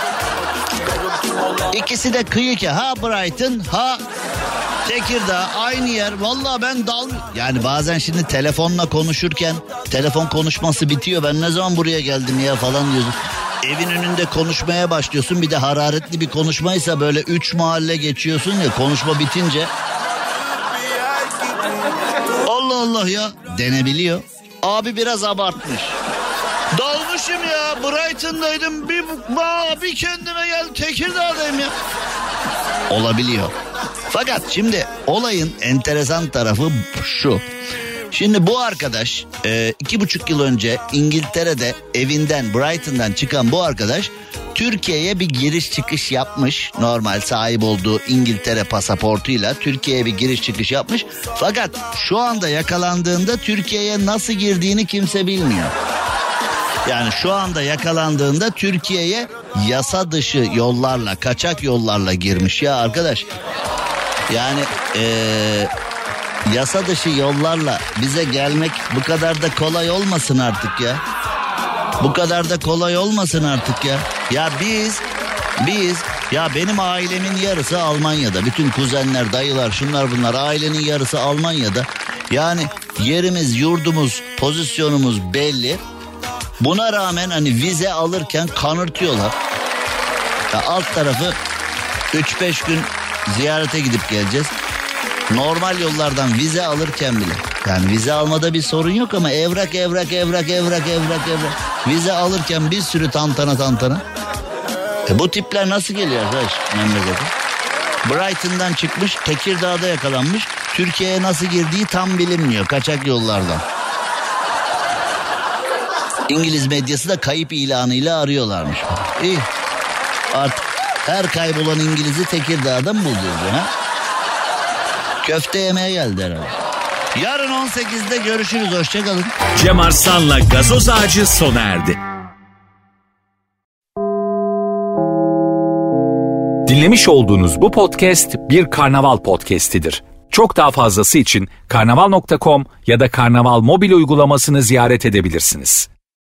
C: ikisi de kıyı ki. Ha Brighton ha Tekirdağ aynı yer. Vallahi ben yani bazen şimdi telefonla konuşurken telefon konuşması bitiyor. Ben ne zaman buraya geldim ya falan diyorsun. Evin önünde konuşmaya başlıyorsun. Bir de hararetli bir konuşmaysa böyle 3 mahalle geçiyorsun ya konuşma bitince. Allah Allah ya denebiliyor. Abi biraz abartmış. Dalmışım ya, Brighton'daydım bir kendime geldim Tekirdağ'dayım ya. Olabiliyor. Fakat şimdi olayın enteresan tarafı şu. Şimdi bu arkadaş 2,5 yıl önce İngiltere'de evinden Brighton'dan çıkan bu arkadaş Türkiye'ye bir giriş çıkış yapmış. Normal sahip olduğu İngiltere pasaportuyla Türkiye'ye bir giriş çıkış yapmış. Fakat şu anda yakalandığında Türkiye'ye nasıl girdiğini kimse bilmiyor. Yani şu anda yakalandığında Türkiye'ye yasa dışı yollarla, kaçak yollarla girmiş ya arkadaş. Yani yasa dışı yollarla bize gelmek bu kadar da kolay olmasın artık ya. Bu kadar da kolay olmasın artık ya. Ya biz ya benim ailemin yarısı Almanya'da. Bütün kuzenler, dayılar, şunlar bunlar ailenin yarısı Almanya'da. Yani yerimiz, yurdumuz, pozisyonumuz belli. Buna rağmen hani vize alırken kanırtıyorlar. Ya alt tarafı 3-5 gün ziyarete gidip geleceğiz. Normal yollardan vize alırken bile. Yani vize almada bir sorun yok ama evrak. Vize alırken bir sürü tantana. Bu tipler nasıl geliyor arkadaş memlekete? Brighton'dan çıkmış, Tekirdağ'da yakalanmış. Türkiye'ye nasıl girdiği tam bilinmiyor kaçak yollardan. İngiliz medyası da kayıp ilanıyla arıyorlarmış. İyi. Artık her kaybolan İngiliz'i Tekirdağ'dan buluyordu ha. Köfte yemeye geldi herhalde. Yarın 18'de görüşürüz. Hoşçakalın.
B: Cem Arslan'la Gazoz Ağacı sona erdi.
A: Dinlemiş olduğunuz bu podcast bir Karnaval podcastidir. Çok daha fazlası için karnaval.com ya da Karnaval mobil uygulamasını ziyaret edebilirsiniz.